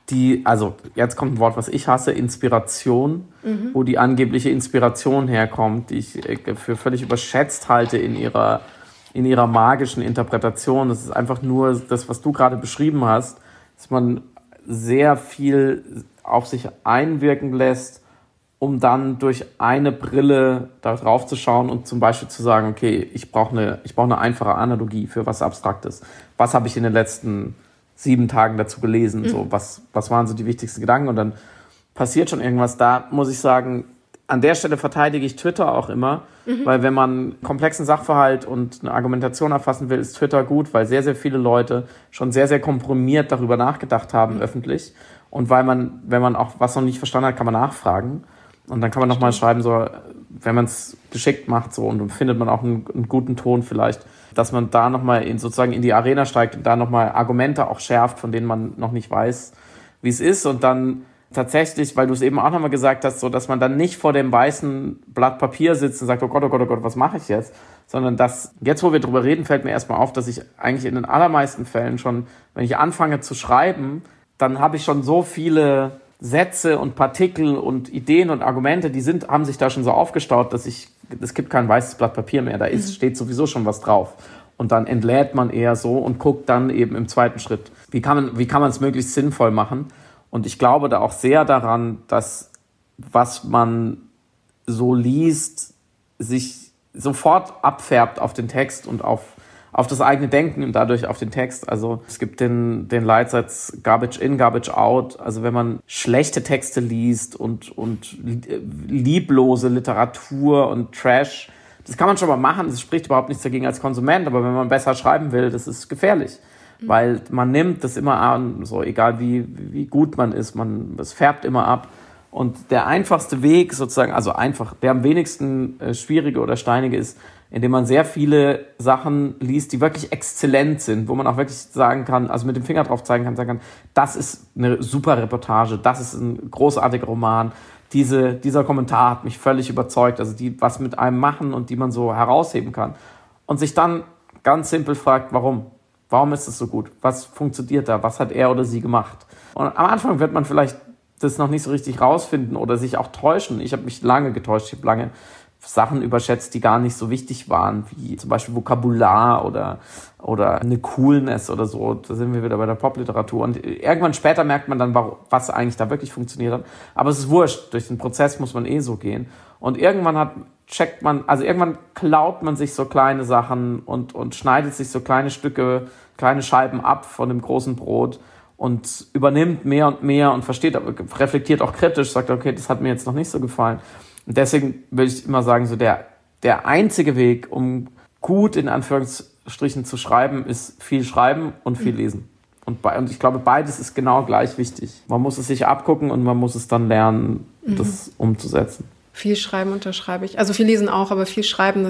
also jetzt kommt ein Wort, was ich hasse, Inspiration, wo die angebliche Inspiration herkommt, die ich für völlig überschätzt halte in ihrer magischen Interpretation. Das ist einfach nur das, was du gerade beschrieben hast, dass man sehr viel auf sich einwirken lässt, um dann durch eine Brille da drauf zu schauen und zum Beispiel zu sagen, okay, ich brauche eine einfache Analogie für was Abstraktes. Was habe ich in den letzten 7 Tagen dazu gelesen? So, was waren so die wichtigsten Gedanken? Und dann passiert schon irgendwas. Da muss ich sagen, an der Stelle verteidige ich Twitter auch immer, weil wenn man komplexen Sachverhalt und eine Argumentation erfassen will, ist Twitter gut, weil sehr, sehr viele Leute schon sehr, sehr komprimiert darüber nachgedacht haben öffentlich. Und weil man, wenn man auch was noch nicht verstanden hat, kann man nachfragen. Und dann kann man nochmal schreiben, so, wenn man es geschickt macht, so, und dann findet man auch einen guten Ton vielleicht, dass man da nochmal sozusagen in die Arena steigt und da nochmal Argumente auch schärft, von denen man noch nicht weiß, wie es ist. Und dann tatsächlich, weil du es eben auch nochmal gesagt hast, so, dass man dann nicht vor dem weißen Blatt Papier sitzt und sagt, oh Gott, was mache ich jetzt? Sondern dass, jetzt wo wir drüber reden, fällt mir erstmal auf, dass ich eigentlich in den allermeisten Fällen schon, wenn ich anfange zu schreiben, dann habe ich schon so viele Sätze und Partikel und Ideen und Argumente, haben sich da schon so aufgestaut, dass es gibt kein weißes Blatt Papier mehr, steht sowieso schon was drauf. Und dann entlädt man eher so und guckt dann eben im zweiten Schritt, wie kann man es möglichst sinnvoll machen. Und ich glaube da auch sehr daran, dass was man so liest, sich sofort abfärbt auf den Text und auf das eigene Denken und dadurch auf den Text. Also es gibt den Leitsatz Garbage in, Garbage out. Also wenn man schlechte Texte liest und lieblose Literatur und Trash, das kann man schon mal machen, das spricht überhaupt nichts dagegen als Konsument, aber wenn man besser schreiben will, das ist gefährlich. Weil man nimmt das immer an, so egal wie gut man ist, es färbt immer ab. Und der einfachste Weg sozusagen, also einfach, der am wenigsten schwierige oder steinige ist, indem man sehr viele Sachen liest, die wirklich exzellent sind, wo man auch wirklich sagen kann, also mit dem Finger drauf sagen kann, das ist eine super Reportage, das ist ein großartiger Roman, dieser Kommentar hat mich völlig überzeugt, also die was mit einem machen und die man so herausheben kann. Und sich dann ganz simpel fragt, warum? Warum ist es so gut? Was funktioniert da? Was hat er oder sie gemacht? Und am Anfang wird man vielleicht das noch nicht so richtig rausfinden oder sich auch täuschen. Ich habe mich lange getäuscht, ich habe lange Sachen überschätzt, die gar nicht so wichtig waren, wie zum Beispiel Vokabular oder eine Coolness oder so. Da sind wir wieder bei der Popliteratur. Und irgendwann später merkt man dann, was eigentlich da wirklich funktioniert hat. Aber es ist wurscht. Durch den Prozess muss man so gehen. Und irgendwann irgendwann klaut man sich so kleine Sachen und schneidet sich so kleine Stücke, kleine Scheiben ab von dem großen Brot und übernimmt mehr und mehr und reflektiert auch kritisch, sagt, okay, das hat mir jetzt noch nicht so gefallen. Und deswegen würde ich immer sagen, so der einzige Weg, um gut in Anführungsstrichen zu schreiben, ist viel schreiben und viel lesen. Und ich glaube, beides ist genau gleich wichtig. Man muss es sich abgucken und man muss es dann lernen, das umzusetzen. Viel schreiben unterschreibe ich. Also viel lesen auch, aber viel schreiben,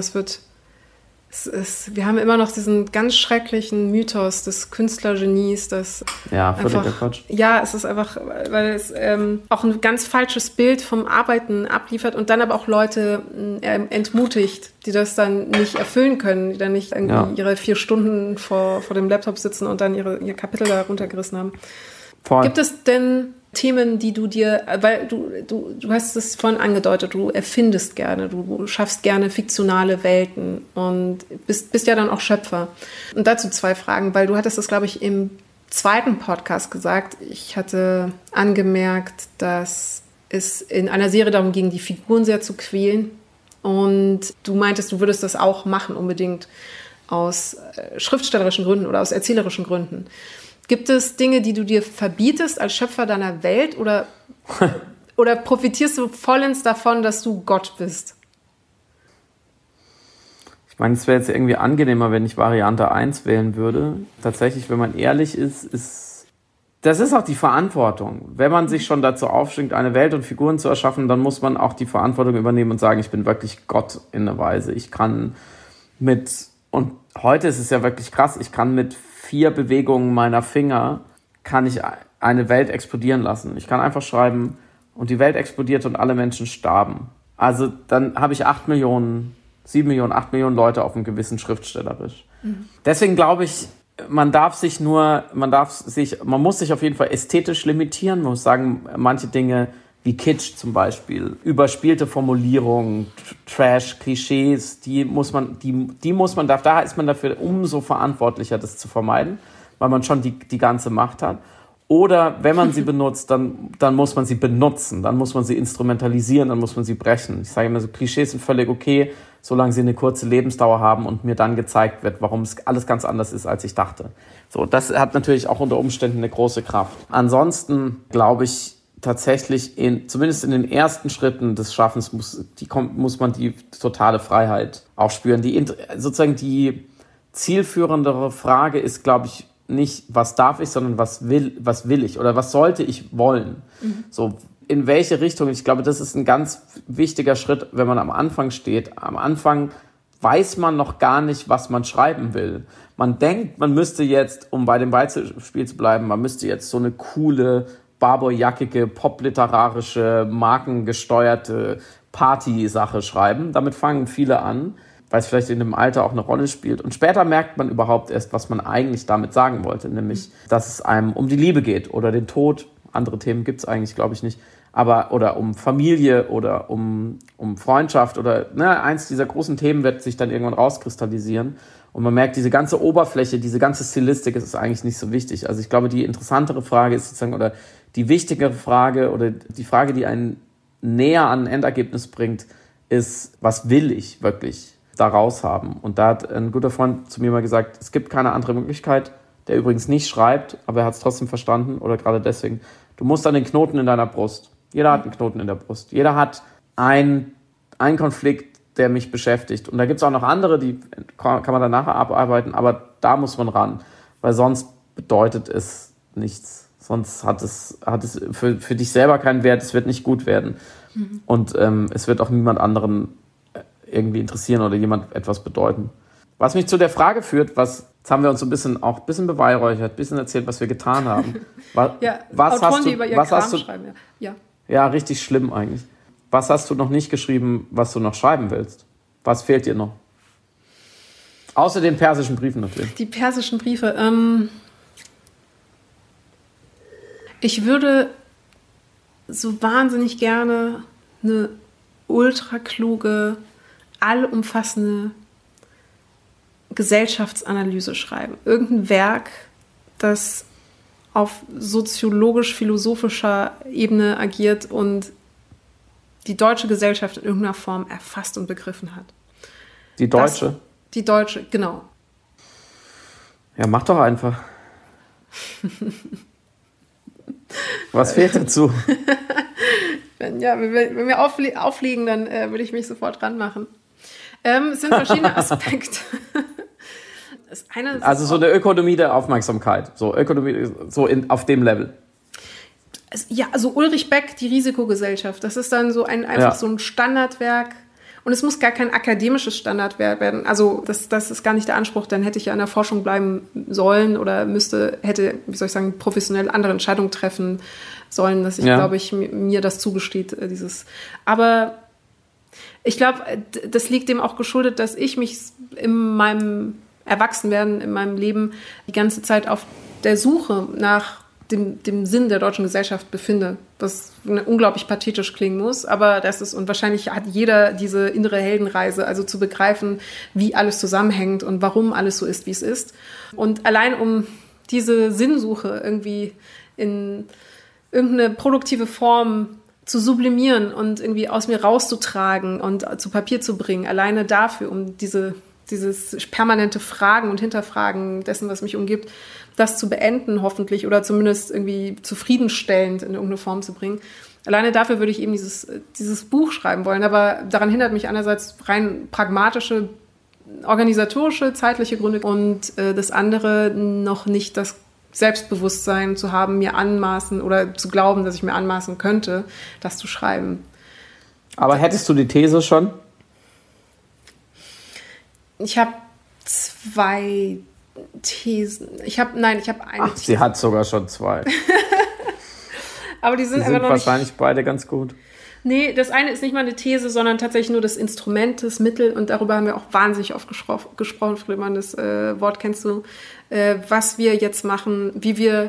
wir haben immer noch diesen ganz schrecklichen Mythos des Künstlergenies, das völliger Quatsch. Ja, es ist einfach, weil es auch ein ganz falsches Bild vom Arbeiten abliefert und dann aber auch Leute entmutigt, die das dann nicht erfüllen können, die dann nicht irgendwie ihre 4 Stunden vor dem Laptop sitzen und dann ihr Kapitel da runtergerissen haben. Voll. Gibt es denn Themen, die du dir, weil du hast es vorhin angedeutet, du erfindest gerne, du schaffst gerne fiktionale Welten und bist ja dann auch Schöpfer. Und dazu 2 Fragen, weil du hattest das, glaube ich, im 2. Podcast gesagt. Ich hatte angemerkt, dass es in einer Serie darum ging, die Figuren sehr zu quälen. Und du meintest, du würdest das auch machen, unbedingt aus schriftstellerischen Gründen oder aus erzählerischen Gründen. Gibt es Dinge, die du dir verbietest als Schöpfer deiner Welt oder profitierst du vollends davon, dass du Gott bist? Ich meine, es wäre jetzt irgendwie angenehmer, wenn ich Variante 1 wählen würde. Tatsächlich, wenn man ehrlich ist, das ist auch die Verantwortung. Wenn man sich schon dazu aufschwingt, eine Welt und Figuren zu erschaffen, dann muss man auch die Verantwortung übernehmen und sagen, ich bin wirklich Gott in einer Weise. Ich kann und heute ist es ja wirklich krass, ich kann mit 4 Bewegungen meiner Finger, kann ich eine Welt explodieren lassen. Ich kann einfach schreiben, und die Welt explodiert und alle Menschen starben. Also dann habe ich 7 Millionen, 8 Millionen Leute auf einem gewissen schriftstellerisch. Deswegen glaube ich, man muss sich auf jeden Fall ästhetisch limitieren. Man muss sagen, manche Dinge wie Kitsch zum Beispiel, überspielte Formulierungen, Trash, Klischees, da ist man dafür umso verantwortlicher, das zu vermeiden, weil man schon die ganze Macht hat. Oder wenn man sie benutzt, dann muss man sie benutzen, dann muss man sie instrumentalisieren, dann muss man sie brechen. Ich sage immer so, Klischees sind völlig okay, solange sie eine kurze Lebensdauer haben und mir dann gezeigt wird, warum es alles ganz anders ist, als ich dachte. So, das hat natürlich auch unter Umständen eine große Kraft. Ansonsten glaube ich tatsächlich, zumindest in den ersten Schritten des Schaffens muss man die totale Freiheit auch spüren. Sozusagen die zielführendere Frage ist, glaube ich, nicht, was darf ich, sondern was will ich oder was sollte ich wollen? So, in welche Richtung? Ich glaube, das ist ein ganz wichtiger Schritt, wenn man am Anfang steht. Am Anfang weiß man noch gar nicht, was man schreiben will. Man denkt, man müsste jetzt, um bei dem Beispiel zu bleiben, man müsste jetzt so eine coole, barbourjackige, popliterarische, markengesteuerte Party-Sache schreiben. Damit fangen viele an, weil es vielleicht in dem Alter auch eine Rolle spielt. Und später merkt man überhaupt erst, was man eigentlich damit sagen wollte, nämlich, dass es einem um die Liebe geht oder den Tod. Andere Themen gibt es eigentlich, glaube ich, nicht. Oder um Familie oder um Freundschaft oder eins dieser großen Themen wird sich dann irgendwann rauskristallisieren. Und man merkt, diese ganze Oberfläche, diese ganze Stilistik ist eigentlich nicht so wichtig. Also ich glaube, die interessantere Frage ist sozusagen, oder die wichtigere Frage oder die Frage, die einen näher an ein Endergebnis bringt, ist, was will ich wirklich da raus haben? Und da hat ein guter Freund zu mir mal gesagt, es gibt keine andere Möglichkeit, der übrigens nicht schreibt, aber er hat es trotzdem verstanden oder gerade deswegen. Du musst an den Knoten in deiner Brust. Jeder hat einen Knoten in der Brust. Jeder hat einen Konflikt, der mich beschäftigt. Und da gibt es auch noch andere, die kann man danach abarbeiten, aber da muss man ran, weil sonst bedeutet es nichts. Sonst hat es für dich selber keinen Wert, es wird nicht gut werden. Und es wird auch niemand anderen irgendwie interessieren oder jemand etwas bedeuten. Was mich zu der Frage führt, jetzt haben wir uns so ein bisschen beweihräuchert, ein bisschen erzählt, was wir getan haben. Autoren, die über ihren Kram schreiben, ja. Ja, richtig schlimm eigentlich. Was hast du noch nicht geschrieben, was du noch schreiben willst? Was fehlt dir noch? Außer den persischen Briefen natürlich. Die persischen Briefe. Ich würde so wahnsinnig gerne eine ultra kluge, allumfassende Gesellschaftsanalyse schreiben. Irgendein Werk, das auf soziologisch-philosophischer Ebene agiert und die deutsche Gesellschaft in irgendeiner Form erfasst und begriffen hat. Die deutsche? Die deutsche, genau. Ja, mach doch einfach. Was fehlt dazu? Wenn wir auflegen, dann würde ich mich sofort dran machen. Es sind verschiedene Aspekte. Also so eine Ökonomie der Aufmerksamkeit, auf dem Level. Also Ulrich Beck, die Risikogesellschaft, das ist dann so so ein Standardwerk. Und es muss gar kein akademisches Standardwerk werden. Also das ist gar nicht der Anspruch, dann hätte ich ja in der Forschung bleiben sollen oder hätte, professionell andere Entscheidungen treffen sollen, dass ich, glaube ich, mir das zugesteht, Aber ich glaube, das liegt dem auch geschuldet, dass ich mich in meinem Erwachsenwerden, in meinem Leben die ganze Zeit auf der Suche nach dem Sinn der deutschen Gesellschaft befinde, was unglaublich pathetisch klingen muss, aber das ist, und wahrscheinlich hat jeder diese innere Heldenreise, also zu begreifen, wie alles zusammenhängt und warum alles so ist, wie es ist. Und allein um diese Sinnsuche irgendwie in irgendeine produktive Form zu sublimieren und irgendwie aus mir rauszutragen und zu Papier zu bringen. Alleine dafür, um dieses permanente Fragen und Hinterfragen dessen, was mich umgibt, das zu beenden hoffentlich oder zumindest irgendwie zufriedenstellend in irgendeine Form zu bringen. Alleine dafür würde ich eben dieses Buch schreiben wollen. Aber daran hindert mich einerseits rein pragmatische, organisatorische, zeitliche Gründe und das andere noch nicht das Selbstbewusstsein zu haben, mir anmaßen oder zu glauben, dass ich mir anmaßen könnte, das zu schreiben. Aber hättest du die These schon? Ich habe 2 Thesen. Ich habe eine These. Sie hat sogar schon 2. Aber die sind aber noch wahrscheinlich nicht, beide ganz gut. Nee, das eine ist nicht mal eine These, sondern tatsächlich nur das Instrument, das Mittel. Und darüber haben wir auch wahnsinnig oft gesprochen, Friedemann, das Wort kennst du. Was wir jetzt machen, wie wir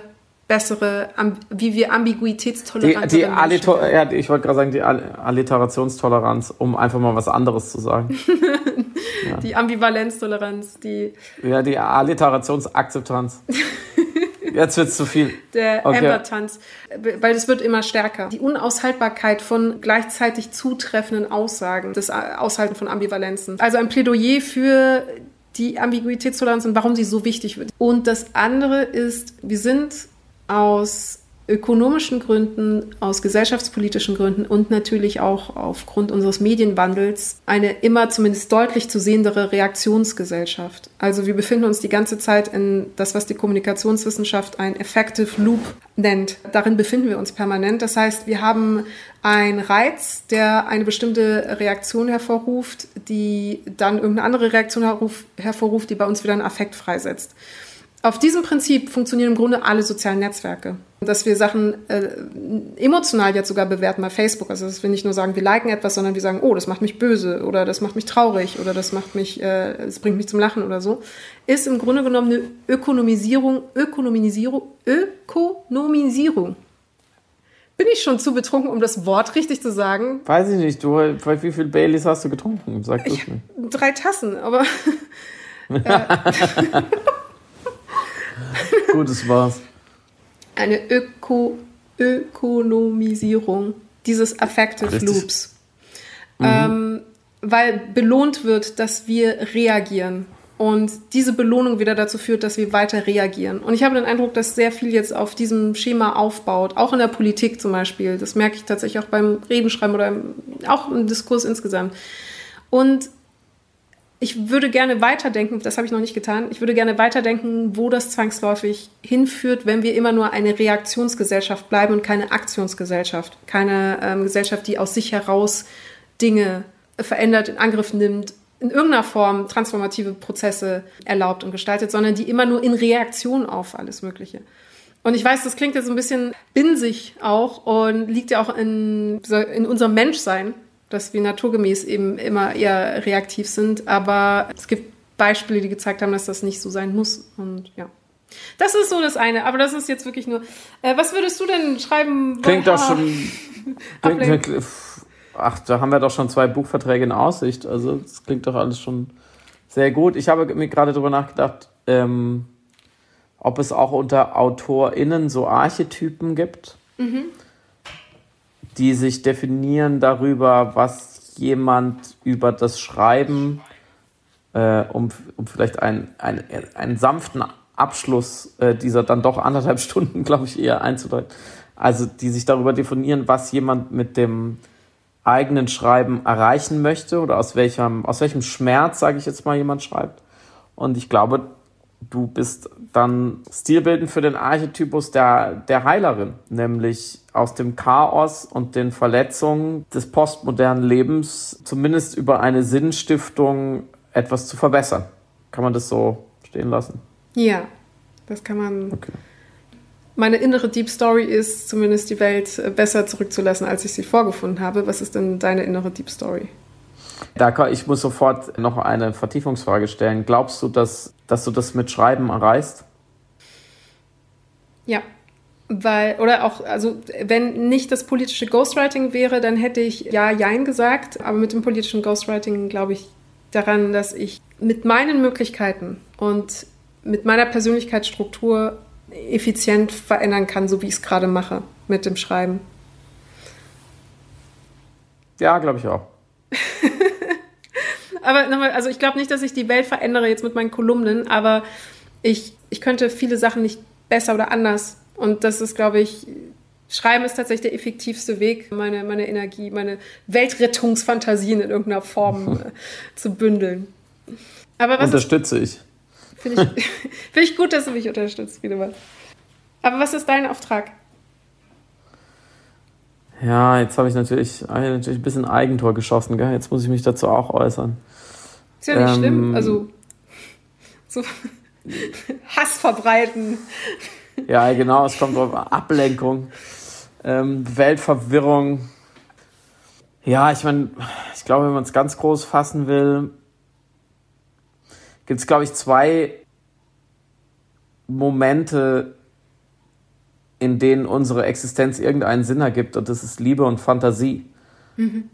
ambiguitätstolerant ich wollte gerade sagen, die Alliterationstoleranz, um einfach mal was anderes zu sagen. Ja. Die Ambivalenztoleranz, die Alliterationsakzeptanz. Jetzt wird es zu viel. Der Amber-Tanz, weil es wird immer stärker. Die Unaushaltbarkeit von gleichzeitig zutreffenden Aussagen, das Aushalten von Ambivalenzen. Also ein Plädoyer für die Ambiguitätstoleranz und warum sie so wichtig wird. Und das andere ist, wir sind aus ökonomischen Gründen, aus gesellschaftspolitischen Gründen und natürlich auch aufgrund unseres Medienwandels eine immer zumindest deutlich zu sehendere Reaktionsgesellschaft. Also wir befinden uns die ganze Zeit in das, was die Kommunikationswissenschaft ein Effective Loop nennt. Darin befinden wir uns permanent. Das heißt, wir haben einen Reiz, der eine bestimmte Reaktion hervorruft, die dann irgendeine andere Reaktion hervorruft, die bei uns wieder einen Affekt freisetzt. Auf diesem Prinzip funktionieren im Grunde alle sozialen Netzwerke. Dass wir Sachen emotional jetzt sogar bewerten bei Facebook. Also dass wir nicht nur sagen, wir liken etwas, sondern wir sagen, oh, das macht mich böse oder das macht mich traurig oder das bringt mich zum Lachen oder so. Ist im Grunde genommen eine Ökonomisierung. Bin ich schon zu betrunken, um das Wort richtig zu sagen? Weiß ich nicht. Wie viel Baileys hast du getrunken? Sag du mir. 3 Tassen, aber... Gut, das war's. Eine Ökonomisierung dieses Affective Loops. Weil belohnt wird, dass wir reagieren. Und diese Belohnung wieder dazu führt, dass wir weiter reagieren. Und ich habe den Eindruck, dass sehr viel jetzt auf diesem Schema aufbaut. Auch in der Politik zum Beispiel. Das merke ich tatsächlich auch beim Redenschreiben oder auch im Diskurs insgesamt. Und ich würde gerne weiterdenken, das habe ich noch nicht getan, ich würde gerne weiterdenken, wo das zwangsläufig hinführt, wenn wir immer nur eine Reaktionsgesellschaft bleiben und keine Aktionsgesellschaft. Keine Gesellschaft, die aus sich heraus Dinge verändert, in Angriff nimmt, in irgendeiner Form transformative Prozesse erlaubt und gestaltet, sondern die immer nur in Reaktion auf alles Mögliche. Und ich weiß, das klingt jetzt ein bisschen binsig auch und liegt ja auch in unserem Menschsein, dass wir naturgemäß eben immer eher reaktiv sind. Aber es gibt Beispiele, die gezeigt haben, dass das nicht so sein muss. Und ja, das ist so das eine. Aber das ist jetzt wirklich nur... was würdest du denn schreiben? Klingt doch schon... da haben wir doch schon 2 Buchverträge in Aussicht. Also das klingt doch alles schon sehr gut. Ich habe mir gerade darüber nachgedacht, ob es auch unter AutorInnen so Archetypen gibt. Die sich definieren darüber, was jemand über das Schreiben, um vielleicht einen sanften Abschluss dieser dann doch 1,5 Stunden, glaube ich, eher einzudeuten. Also die sich darüber definieren, was jemand mit dem eigenen Schreiben erreichen möchte oder aus welchem Schmerz, sage ich jetzt mal, jemand schreibt. Und ich glaube, du bist dann stilbildend für den Archetypus der Heilerin, nämlich aus dem Chaos und den Verletzungen des postmodernen Lebens zumindest über eine Sinnstiftung etwas zu verbessern. Kann man das so stehen lassen? Ja, das kann man. Okay. Meine innere Deep Story ist, zumindest die Welt besser zurückzulassen, als ich sie vorgefunden habe. Was ist denn deine innere Deep Story? Ich muss sofort noch eine Vertiefungsfrage stellen. Glaubst du, dass du das mit Schreiben erreichst? Ja, wenn nicht das politische Ghostwriting wäre, dann hätte ich Jein gesagt. Aber mit dem politischen Ghostwriting glaube ich daran, dass ich mit meinen Möglichkeiten und mit meiner Persönlichkeitsstruktur effizient verändern kann, so wie ich es gerade mache mit dem Schreiben. Ja, glaube ich auch. Aber nochmal, also ich glaube nicht, dass ich die Welt verändere jetzt mit meinen Kolumnen, aber ich könnte viele Sachen nicht besser oder anders. Und das ist, glaube ich, Schreiben ist tatsächlich der effektivste Weg, meine Energie, meine Weltrettungsfantasien in irgendeiner Form zu bündeln. Aber was unterstütze ich. Finde ich gut, dass du mich unterstützt, Friedemann. Aber was ist dein Auftrag? Ja, jetzt habe ich natürlich ein bisschen Eigentor geschossen, gell? Jetzt muss ich mich dazu auch äußern. Ist ja nicht schlimm, also so Hass verbreiten. Ja, genau, es kommt auf Ablenkung, Weltverwirrung. Ja, ich meine, ich glaube, wenn man es ganz groß fassen will, gibt es, glaube ich, 2 Momente, in denen unsere Existenz irgendeinen Sinn ergibt, und das ist Liebe und Fantasie. Mhm.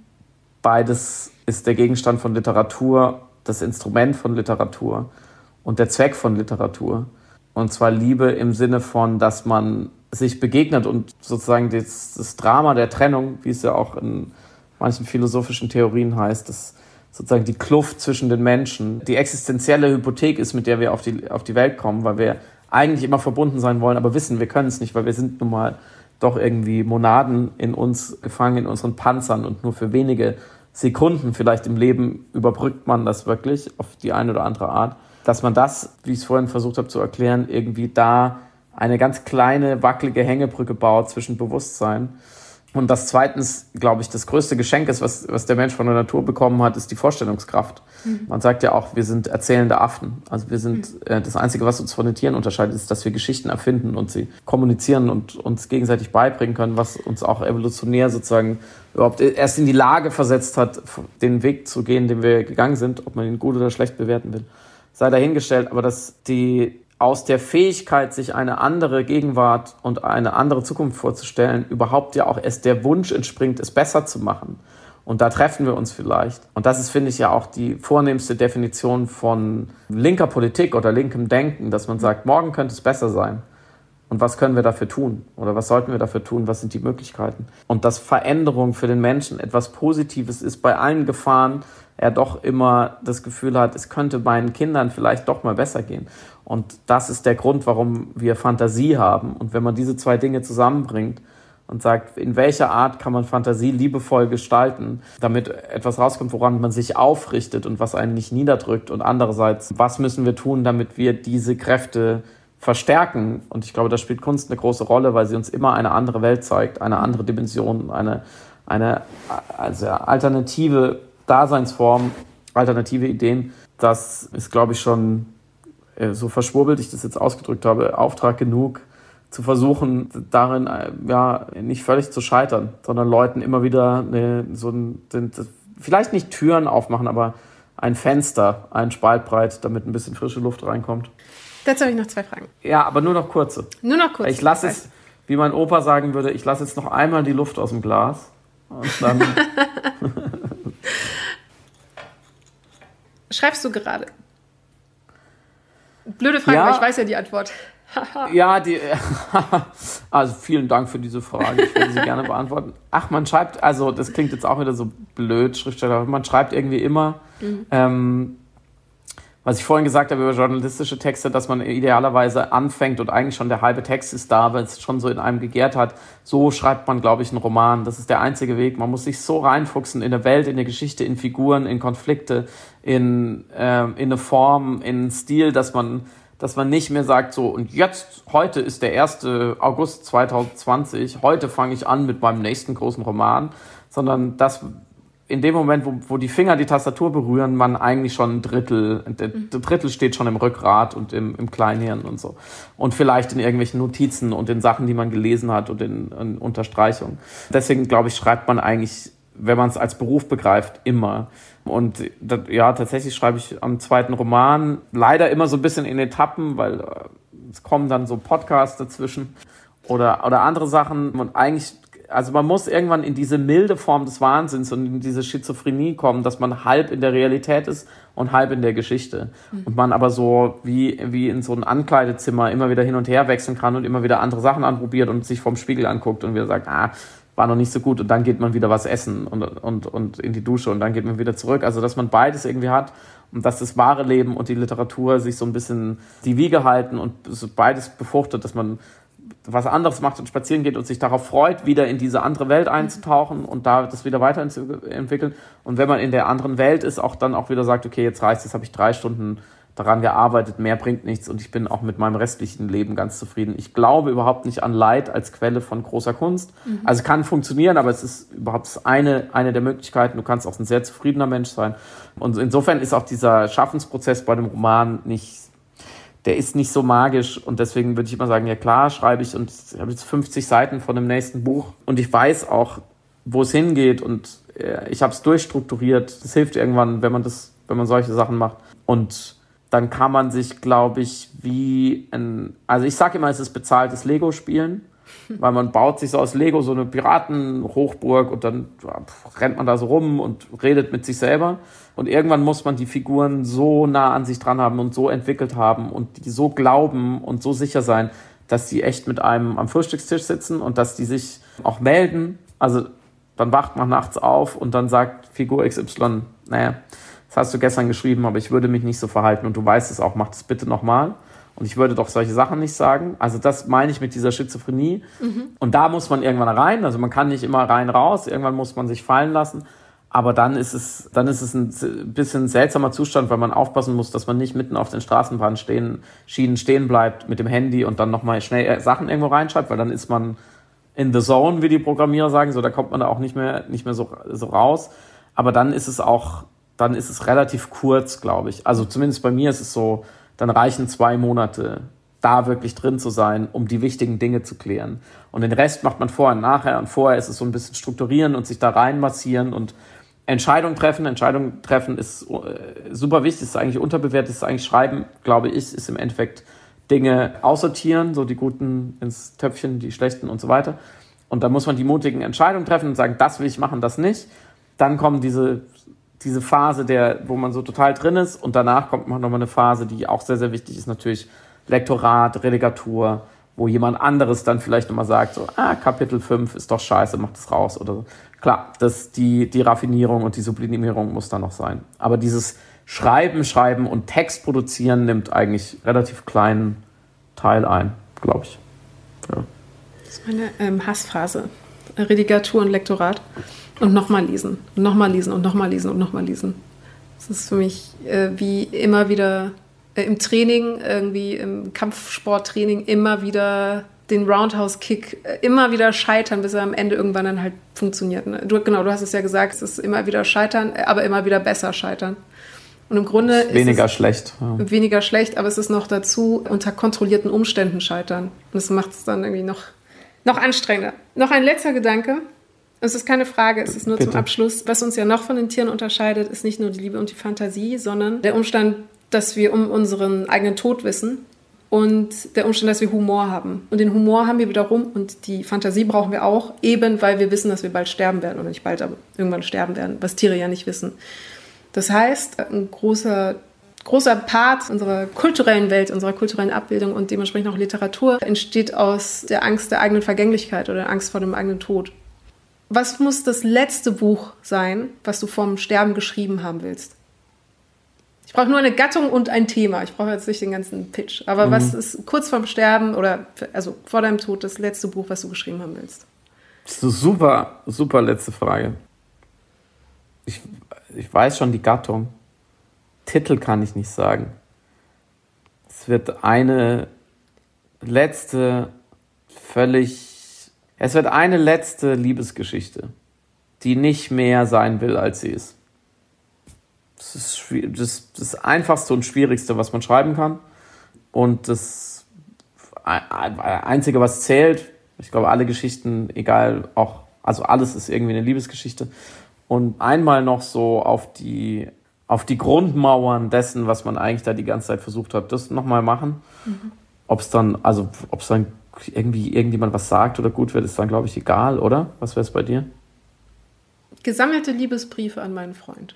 Beides ist der Gegenstand von Literatur, das Instrument von Literatur und der Zweck von Literatur. Und zwar Liebe im Sinne von, dass man sich begegnet und sozusagen das Drama der Trennung, wie es ja auch in manchen philosophischen Theorien heißt, dass sozusagen die Kluft zwischen den Menschen die existenzielle Hypothek ist, mit der wir auf die Welt kommen, weil wir eigentlich immer verbunden sein wollen, aber wissen, wir können es nicht, weil wir sind nun mal doch irgendwie Monaden in uns gefangen, in unseren Panzern, und nur für wenige Sekunden vielleicht im Leben überbrückt man das wirklich auf die eine oder andere Art. Dass man das, wie ich es vorhin versucht habe zu erklären, irgendwie da eine ganz kleine, wackelige Hängebrücke baut zwischen Bewusstsein. Und das zweitens, glaube ich, das größte Geschenk ist, was der Mensch von der Natur bekommen hat, ist die Vorstellungskraft. Mhm. Man sagt ja auch, wir sind erzählende Affen. Also wir sind, das Einzige, was uns von den Tieren unterscheidet, ist, dass wir Geschichten erfinden und sie kommunizieren und uns gegenseitig beibringen können, was uns auch evolutionär sozusagen überhaupt erst in die Lage versetzt hat, den Weg zu gehen, den wir gegangen sind. Ob man ihn gut oder schlecht bewerten will, sei dahingestellt. Aber dass aus der Fähigkeit, sich eine andere Gegenwart und eine andere Zukunft vorzustellen, überhaupt ja auch erst der Wunsch entspringt, es besser zu machen. Und da treffen wir uns vielleicht. Und das ist, finde ich, ja auch die vornehmste Definition von linker Politik oder linkem Denken, dass man sagt, morgen könnte es besser sein. Und was können wir dafür tun? Oder was sollten wir dafür tun? Was sind die Möglichkeiten? Und dass Veränderung für den Menschen etwas Positives ist, bei allen Gefahren er doch immer das Gefühl hat, es könnte meinen Kindern vielleicht doch mal besser gehen. Und das ist der Grund, warum wir Fantasie haben. Und wenn man diese 2 Dinge zusammenbringt und sagt, in welcher Art kann man Fantasie liebevoll gestalten, damit etwas rauskommt, woran man sich aufrichtet und was einen nicht niederdrückt, und andererseits, was müssen wir tun, damit wir diese Kräfte verstärken? Und ich glaube, da spielt Kunst eine große Rolle, weil sie uns immer eine andere Welt zeigt, eine andere Dimension, eine also alternative Daseinsform, alternative Ideen. Das ist, glaube ich, schon, so verschwurbelt ich das jetzt ausgedrückt habe, Auftrag genug, zu versuchen, darin nicht völlig zu scheitern, sondern Leuten immer wieder vielleicht nicht Türen aufmachen, aber ein Fenster, einen Spalt breit, damit ein bisschen frische Luft reinkommt. Dazu habe ich noch 2 Fragen. Ja, aber nur noch kurze. Nur noch kurze. Ich lasse es, wie mein Opa sagen würde, ich lasse jetzt noch einmal die Luft aus dem Glas. Und dann Schreibst du gerade? Blöde Frage, weil ich weiß ja die Antwort. Ja, also vielen Dank für diese Frage. Ich würde sie gerne beantworten. Ach, man schreibt, also das klingt jetzt auch wieder so blöd, Schriftsteller, aber man schreibt irgendwie immer. Was ich vorhin gesagt habe über journalistische Texte, dass man idealerweise anfängt und eigentlich schon der halbe Text ist da, weil es schon so in einem gegärt hat. So schreibt man, glaube ich, einen Roman. Das ist der einzige Weg. Man muss sich so reinfuchsen in eine Welt, in eine Geschichte, in Figuren, in Konflikte, in eine Form, in einen Stil, dass man nicht mehr sagt, so, und jetzt, heute ist der 1. August 2020, heute fange ich an mit meinem nächsten großen Roman, sondern dass in dem Moment, wo die Finger die Tastatur berühren, man eigentlich schon ein Drittel steht schon im Rückgrat und im Kleinhirn und so. Und vielleicht in irgendwelchen Notizen und in Sachen, die man gelesen hat und in Unterstreichungen. Deswegen, glaube ich, schreibt man eigentlich, wenn man es als Beruf begreift, immer. Und ja, tatsächlich schreibe ich am 2. Roman leider immer so ein bisschen in Etappen, weil es kommen dann so Podcasts dazwischen oder andere Sachen. Und eigentlich, also man muss irgendwann in diese milde Form des Wahnsinns und in diese Schizophrenie kommen, dass man halb in der Realität ist und halb in der Geschichte. Und man aber so wie in so ein Ankleidezimmer immer wieder hin und her wechseln kann und immer wieder andere Sachen anprobiert und sich vorm Spiegel anguckt und wieder sagt, war noch nicht so gut und dann geht man wieder was essen und in die Dusche und dann geht man wieder zurück. Also dass man beides irgendwie hat und dass das wahre Leben und die Literatur sich so ein bisschen die Wiege halten und so beides befruchtet, dass man was anderes macht und spazieren geht und sich darauf freut, wieder in diese andere Welt einzutauchen und da das wieder weiterentwickeln. Und wenn man in der anderen Welt ist, auch dann auch wieder sagt, okay, jetzt reicht's, jetzt habe ich 3 Stunden daran gearbeitet, mehr bringt nichts und ich bin auch mit meinem restlichen Leben ganz zufrieden. Ich glaube überhaupt nicht an Leid als Quelle von großer Kunst. Also kann funktionieren, aber es ist überhaupt eine der Möglichkeiten. Du kannst auch ein sehr zufriedener Mensch sein. Und insofern ist auch dieser Schaffensprozess bei dem Roman der ist nicht so magisch und deswegen würde ich immer sagen, ja klar, schreibe ich und ich habe jetzt 50 Seiten von dem nächsten Buch und ich weiß auch, wo es hingeht und ich habe es durchstrukturiert. Das hilft irgendwann, wenn man solche Sachen macht. Und dann kann man sich, glaube ich, also ich sage immer, es ist bezahltes Lego-Spielen, weil man baut sich so aus Lego so eine Piratenhochburg und dann rennt man da so rum und redet mit sich selber. Und irgendwann muss man die Figuren so nah an sich dran haben und so entwickelt haben und die so glauben und so sicher sein, dass die echt mit einem am Frühstückstisch sitzen und dass die sich auch melden. Also dann wacht man nachts auf und dann sagt Figur XY, naja, das hast du gestern geschrieben, aber ich würde mich nicht so verhalten und du weißt es auch, mach das bitte nochmal. Und ich würde doch solche Sachen nicht sagen. Also das meine ich mit dieser Schizophrenie. Und da muss man irgendwann rein. Also man kann nicht immer rein raus. Irgendwann muss man sich fallen lassen. Aber dann ist es ein bisschen seltsamer Zustand, weil man aufpassen muss, dass man nicht mitten auf den Straßenbahnschienen stehen bleibt mit dem Handy und dann nochmal schnell Sachen irgendwo reinschreibt, weil dann ist man in the zone, wie die Programmierer sagen. So, da kommt man da auch nicht mehr so raus. Aber dann ist es relativ kurz, glaube ich. Also zumindest bei mir ist es so, dann reichen 2 Monate, da wirklich drin zu sein, um die wichtigen Dinge zu klären. Und den Rest macht man vorher und nachher. Und vorher ist es so ein bisschen strukturieren und sich da reinmassieren und Entscheidungen treffen. Entscheidungen treffen ist super wichtig, ist eigentlich unterbewertet, ist eigentlich Schreiben, glaube ich, ist im Endeffekt Dinge aussortieren, so die Guten ins Töpfchen, die Schlechten und so weiter. Und dann muss man die mutigen Entscheidungen treffen und sagen, das will ich machen, das nicht. Dann kommen diese Phase, wo man so total drin ist und danach kommt nochmal eine Phase, die auch sehr, sehr wichtig ist, natürlich Lektorat, Relegatur, wo jemand anderes dann vielleicht nochmal sagt, so, Kapitel 5 ist doch scheiße, mach das raus oder so. Klar, die Raffinierung und die Sublimierung muss da noch sein. Aber dieses Schreiben und Text produzieren nimmt eigentlich relativ kleinen Teil ein, glaube ich. Ja. Das ist meine Hassphase. Relegatur und Lektorat. Und nochmal lesen. Und nochmal lesen und nochmal lesen und nochmal lesen. Das ist für mich wie immer wieder im Training, irgendwie im Kampfsporttraining, immer wieder den Roundhouse-Kick, immer wieder scheitern, bis er am Ende irgendwann dann halt funktioniert. Du hast es ja gesagt, es ist immer wieder scheitern, aber immer wieder besser scheitern. Und im Grunde ist weniger schlecht. Ja. Weniger schlecht, aber es ist noch dazu unter kontrollierten Umständen scheitern. Und das macht es dann irgendwie noch anstrengender. Noch ein letzter Gedanke. Es ist keine Frage, es ist nur Bitte. Zum Abschluss. Was uns ja noch von den Tieren unterscheidet, ist nicht nur die Liebe und die Fantasie, sondern der Umstand, dass wir um unseren eigenen Tod wissen und der Umstand, dass wir Humor haben. Und den Humor haben wir wiederum und die Fantasie brauchen wir auch, eben weil wir wissen, dass wir bald sterben werden. Oder nicht bald, aber irgendwann sterben werden, was Tiere ja nicht wissen. Das heißt, ein großer Part unserer kulturellen Welt, unserer kulturellen Abbildung und dementsprechend auch Literatur entsteht aus der Angst der eigenen Vergänglichkeit oder der Angst vor dem eigenen Tod. Was muss das letzte Buch sein, was du vorm Sterben geschrieben haben willst? Ich brauche nur eine Gattung und ein Thema. Ich brauche jetzt nicht den ganzen Pitch. Aber was ist kurz vorm Sterben oder also vor deinem Tod das letzte Buch, was du geschrieben haben willst? Das ist eine super, super letzte Frage. Ich weiß schon die Gattung. Titel kann ich nicht sagen. Es wird eine letzte Liebesgeschichte, die nicht mehr sein will, als sie ist. Das ist das Einfachste und Schwierigste, was man schreiben kann. Und das Einzige, was zählt, ich glaube, alle Geschichten, also alles ist irgendwie eine Liebesgeschichte. Und einmal noch so auf die Grundmauern dessen, was man eigentlich da die ganze Zeit versucht hat, das nochmal machen. Ob es dann irgendwie irgendjemand was sagt oder gut wird, ist dann, glaube ich, egal, oder? Was wäre es bei dir? Gesammelte Liebesbriefe an meinen Freund.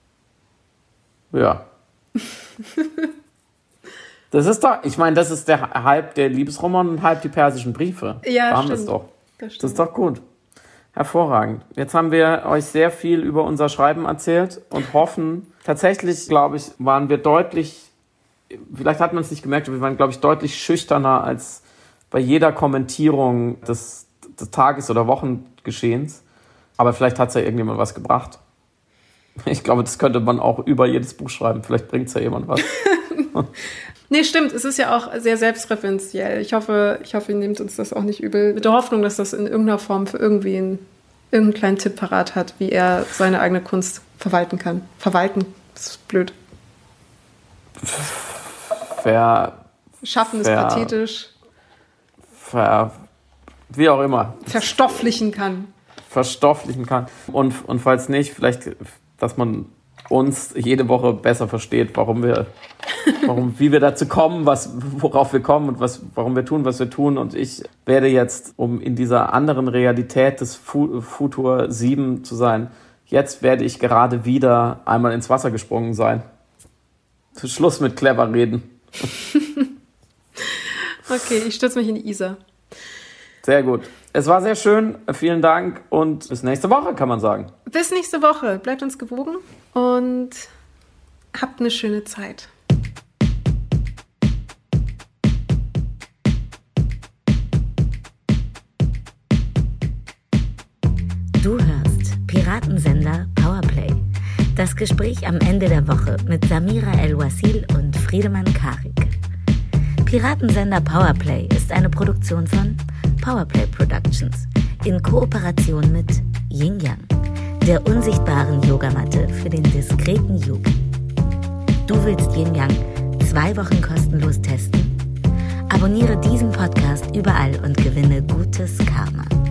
Ja. Das ist doch, ich meine, das ist halb der Liebesroman und halb die persischen Briefe. Ja, da haben stimmt. wir es doch. Das ist doch gut. Hervorragend. Jetzt haben wir euch sehr viel über unser Schreiben erzählt und hoffen, tatsächlich, glaube ich, waren wir deutlich, vielleicht hat man es nicht gemerkt, aber wir waren, glaube ich, deutlich schüchterner als bei jeder Kommentierung des Tages- oder Wochengeschehens. Aber vielleicht hat es ja irgendjemand was gebracht. Ich glaube, das könnte man auch über jedes Buch schreiben. Vielleicht bringt es ja jemand was. Nee, stimmt. Es ist ja auch sehr selbstreferenziell. Ich hoffe, ihr nehmt uns das auch nicht übel. Mit der Hoffnung, dass das in irgendeiner Form für irgendeinen kleinen Tipp parat hat, wie er seine eigene Kunst verwalten kann. Verwalten, das ist blöd. Schaffen ist pathetisch. Wie auch immer. Verstofflichen kann. Und falls nicht, vielleicht, dass man uns jede Woche besser versteht, wie wir dazu kommen, worauf wir kommen und warum wir tun, was wir tun. Und ich werde jetzt, um in dieser anderen Realität des Futur 7 zu sein, jetzt werde ich gerade wieder einmal ins Wasser gesprungen sein. Schluss mit clever reden. Okay, ich stürze mich in die Isar. Sehr gut. Es war sehr schön. Vielen Dank und bis nächste Woche, kann man sagen. Bis nächste Woche. Bleibt uns gewogen und habt eine schöne Zeit. Du hörst Piratensender Powerplay. Das Gespräch am Ende der Woche mit Samira El-Wasil und Friedemann Karik. Piratensender Powerplay ist eine Produktion von Powerplay Productions in Kooperation mit Yin Yang, der unsichtbaren Yogamatte für den diskreten Yogi. Du willst Yin Yang 2 Wochen kostenlos testen? Abonniere diesen Podcast überall und gewinne gutes Karma.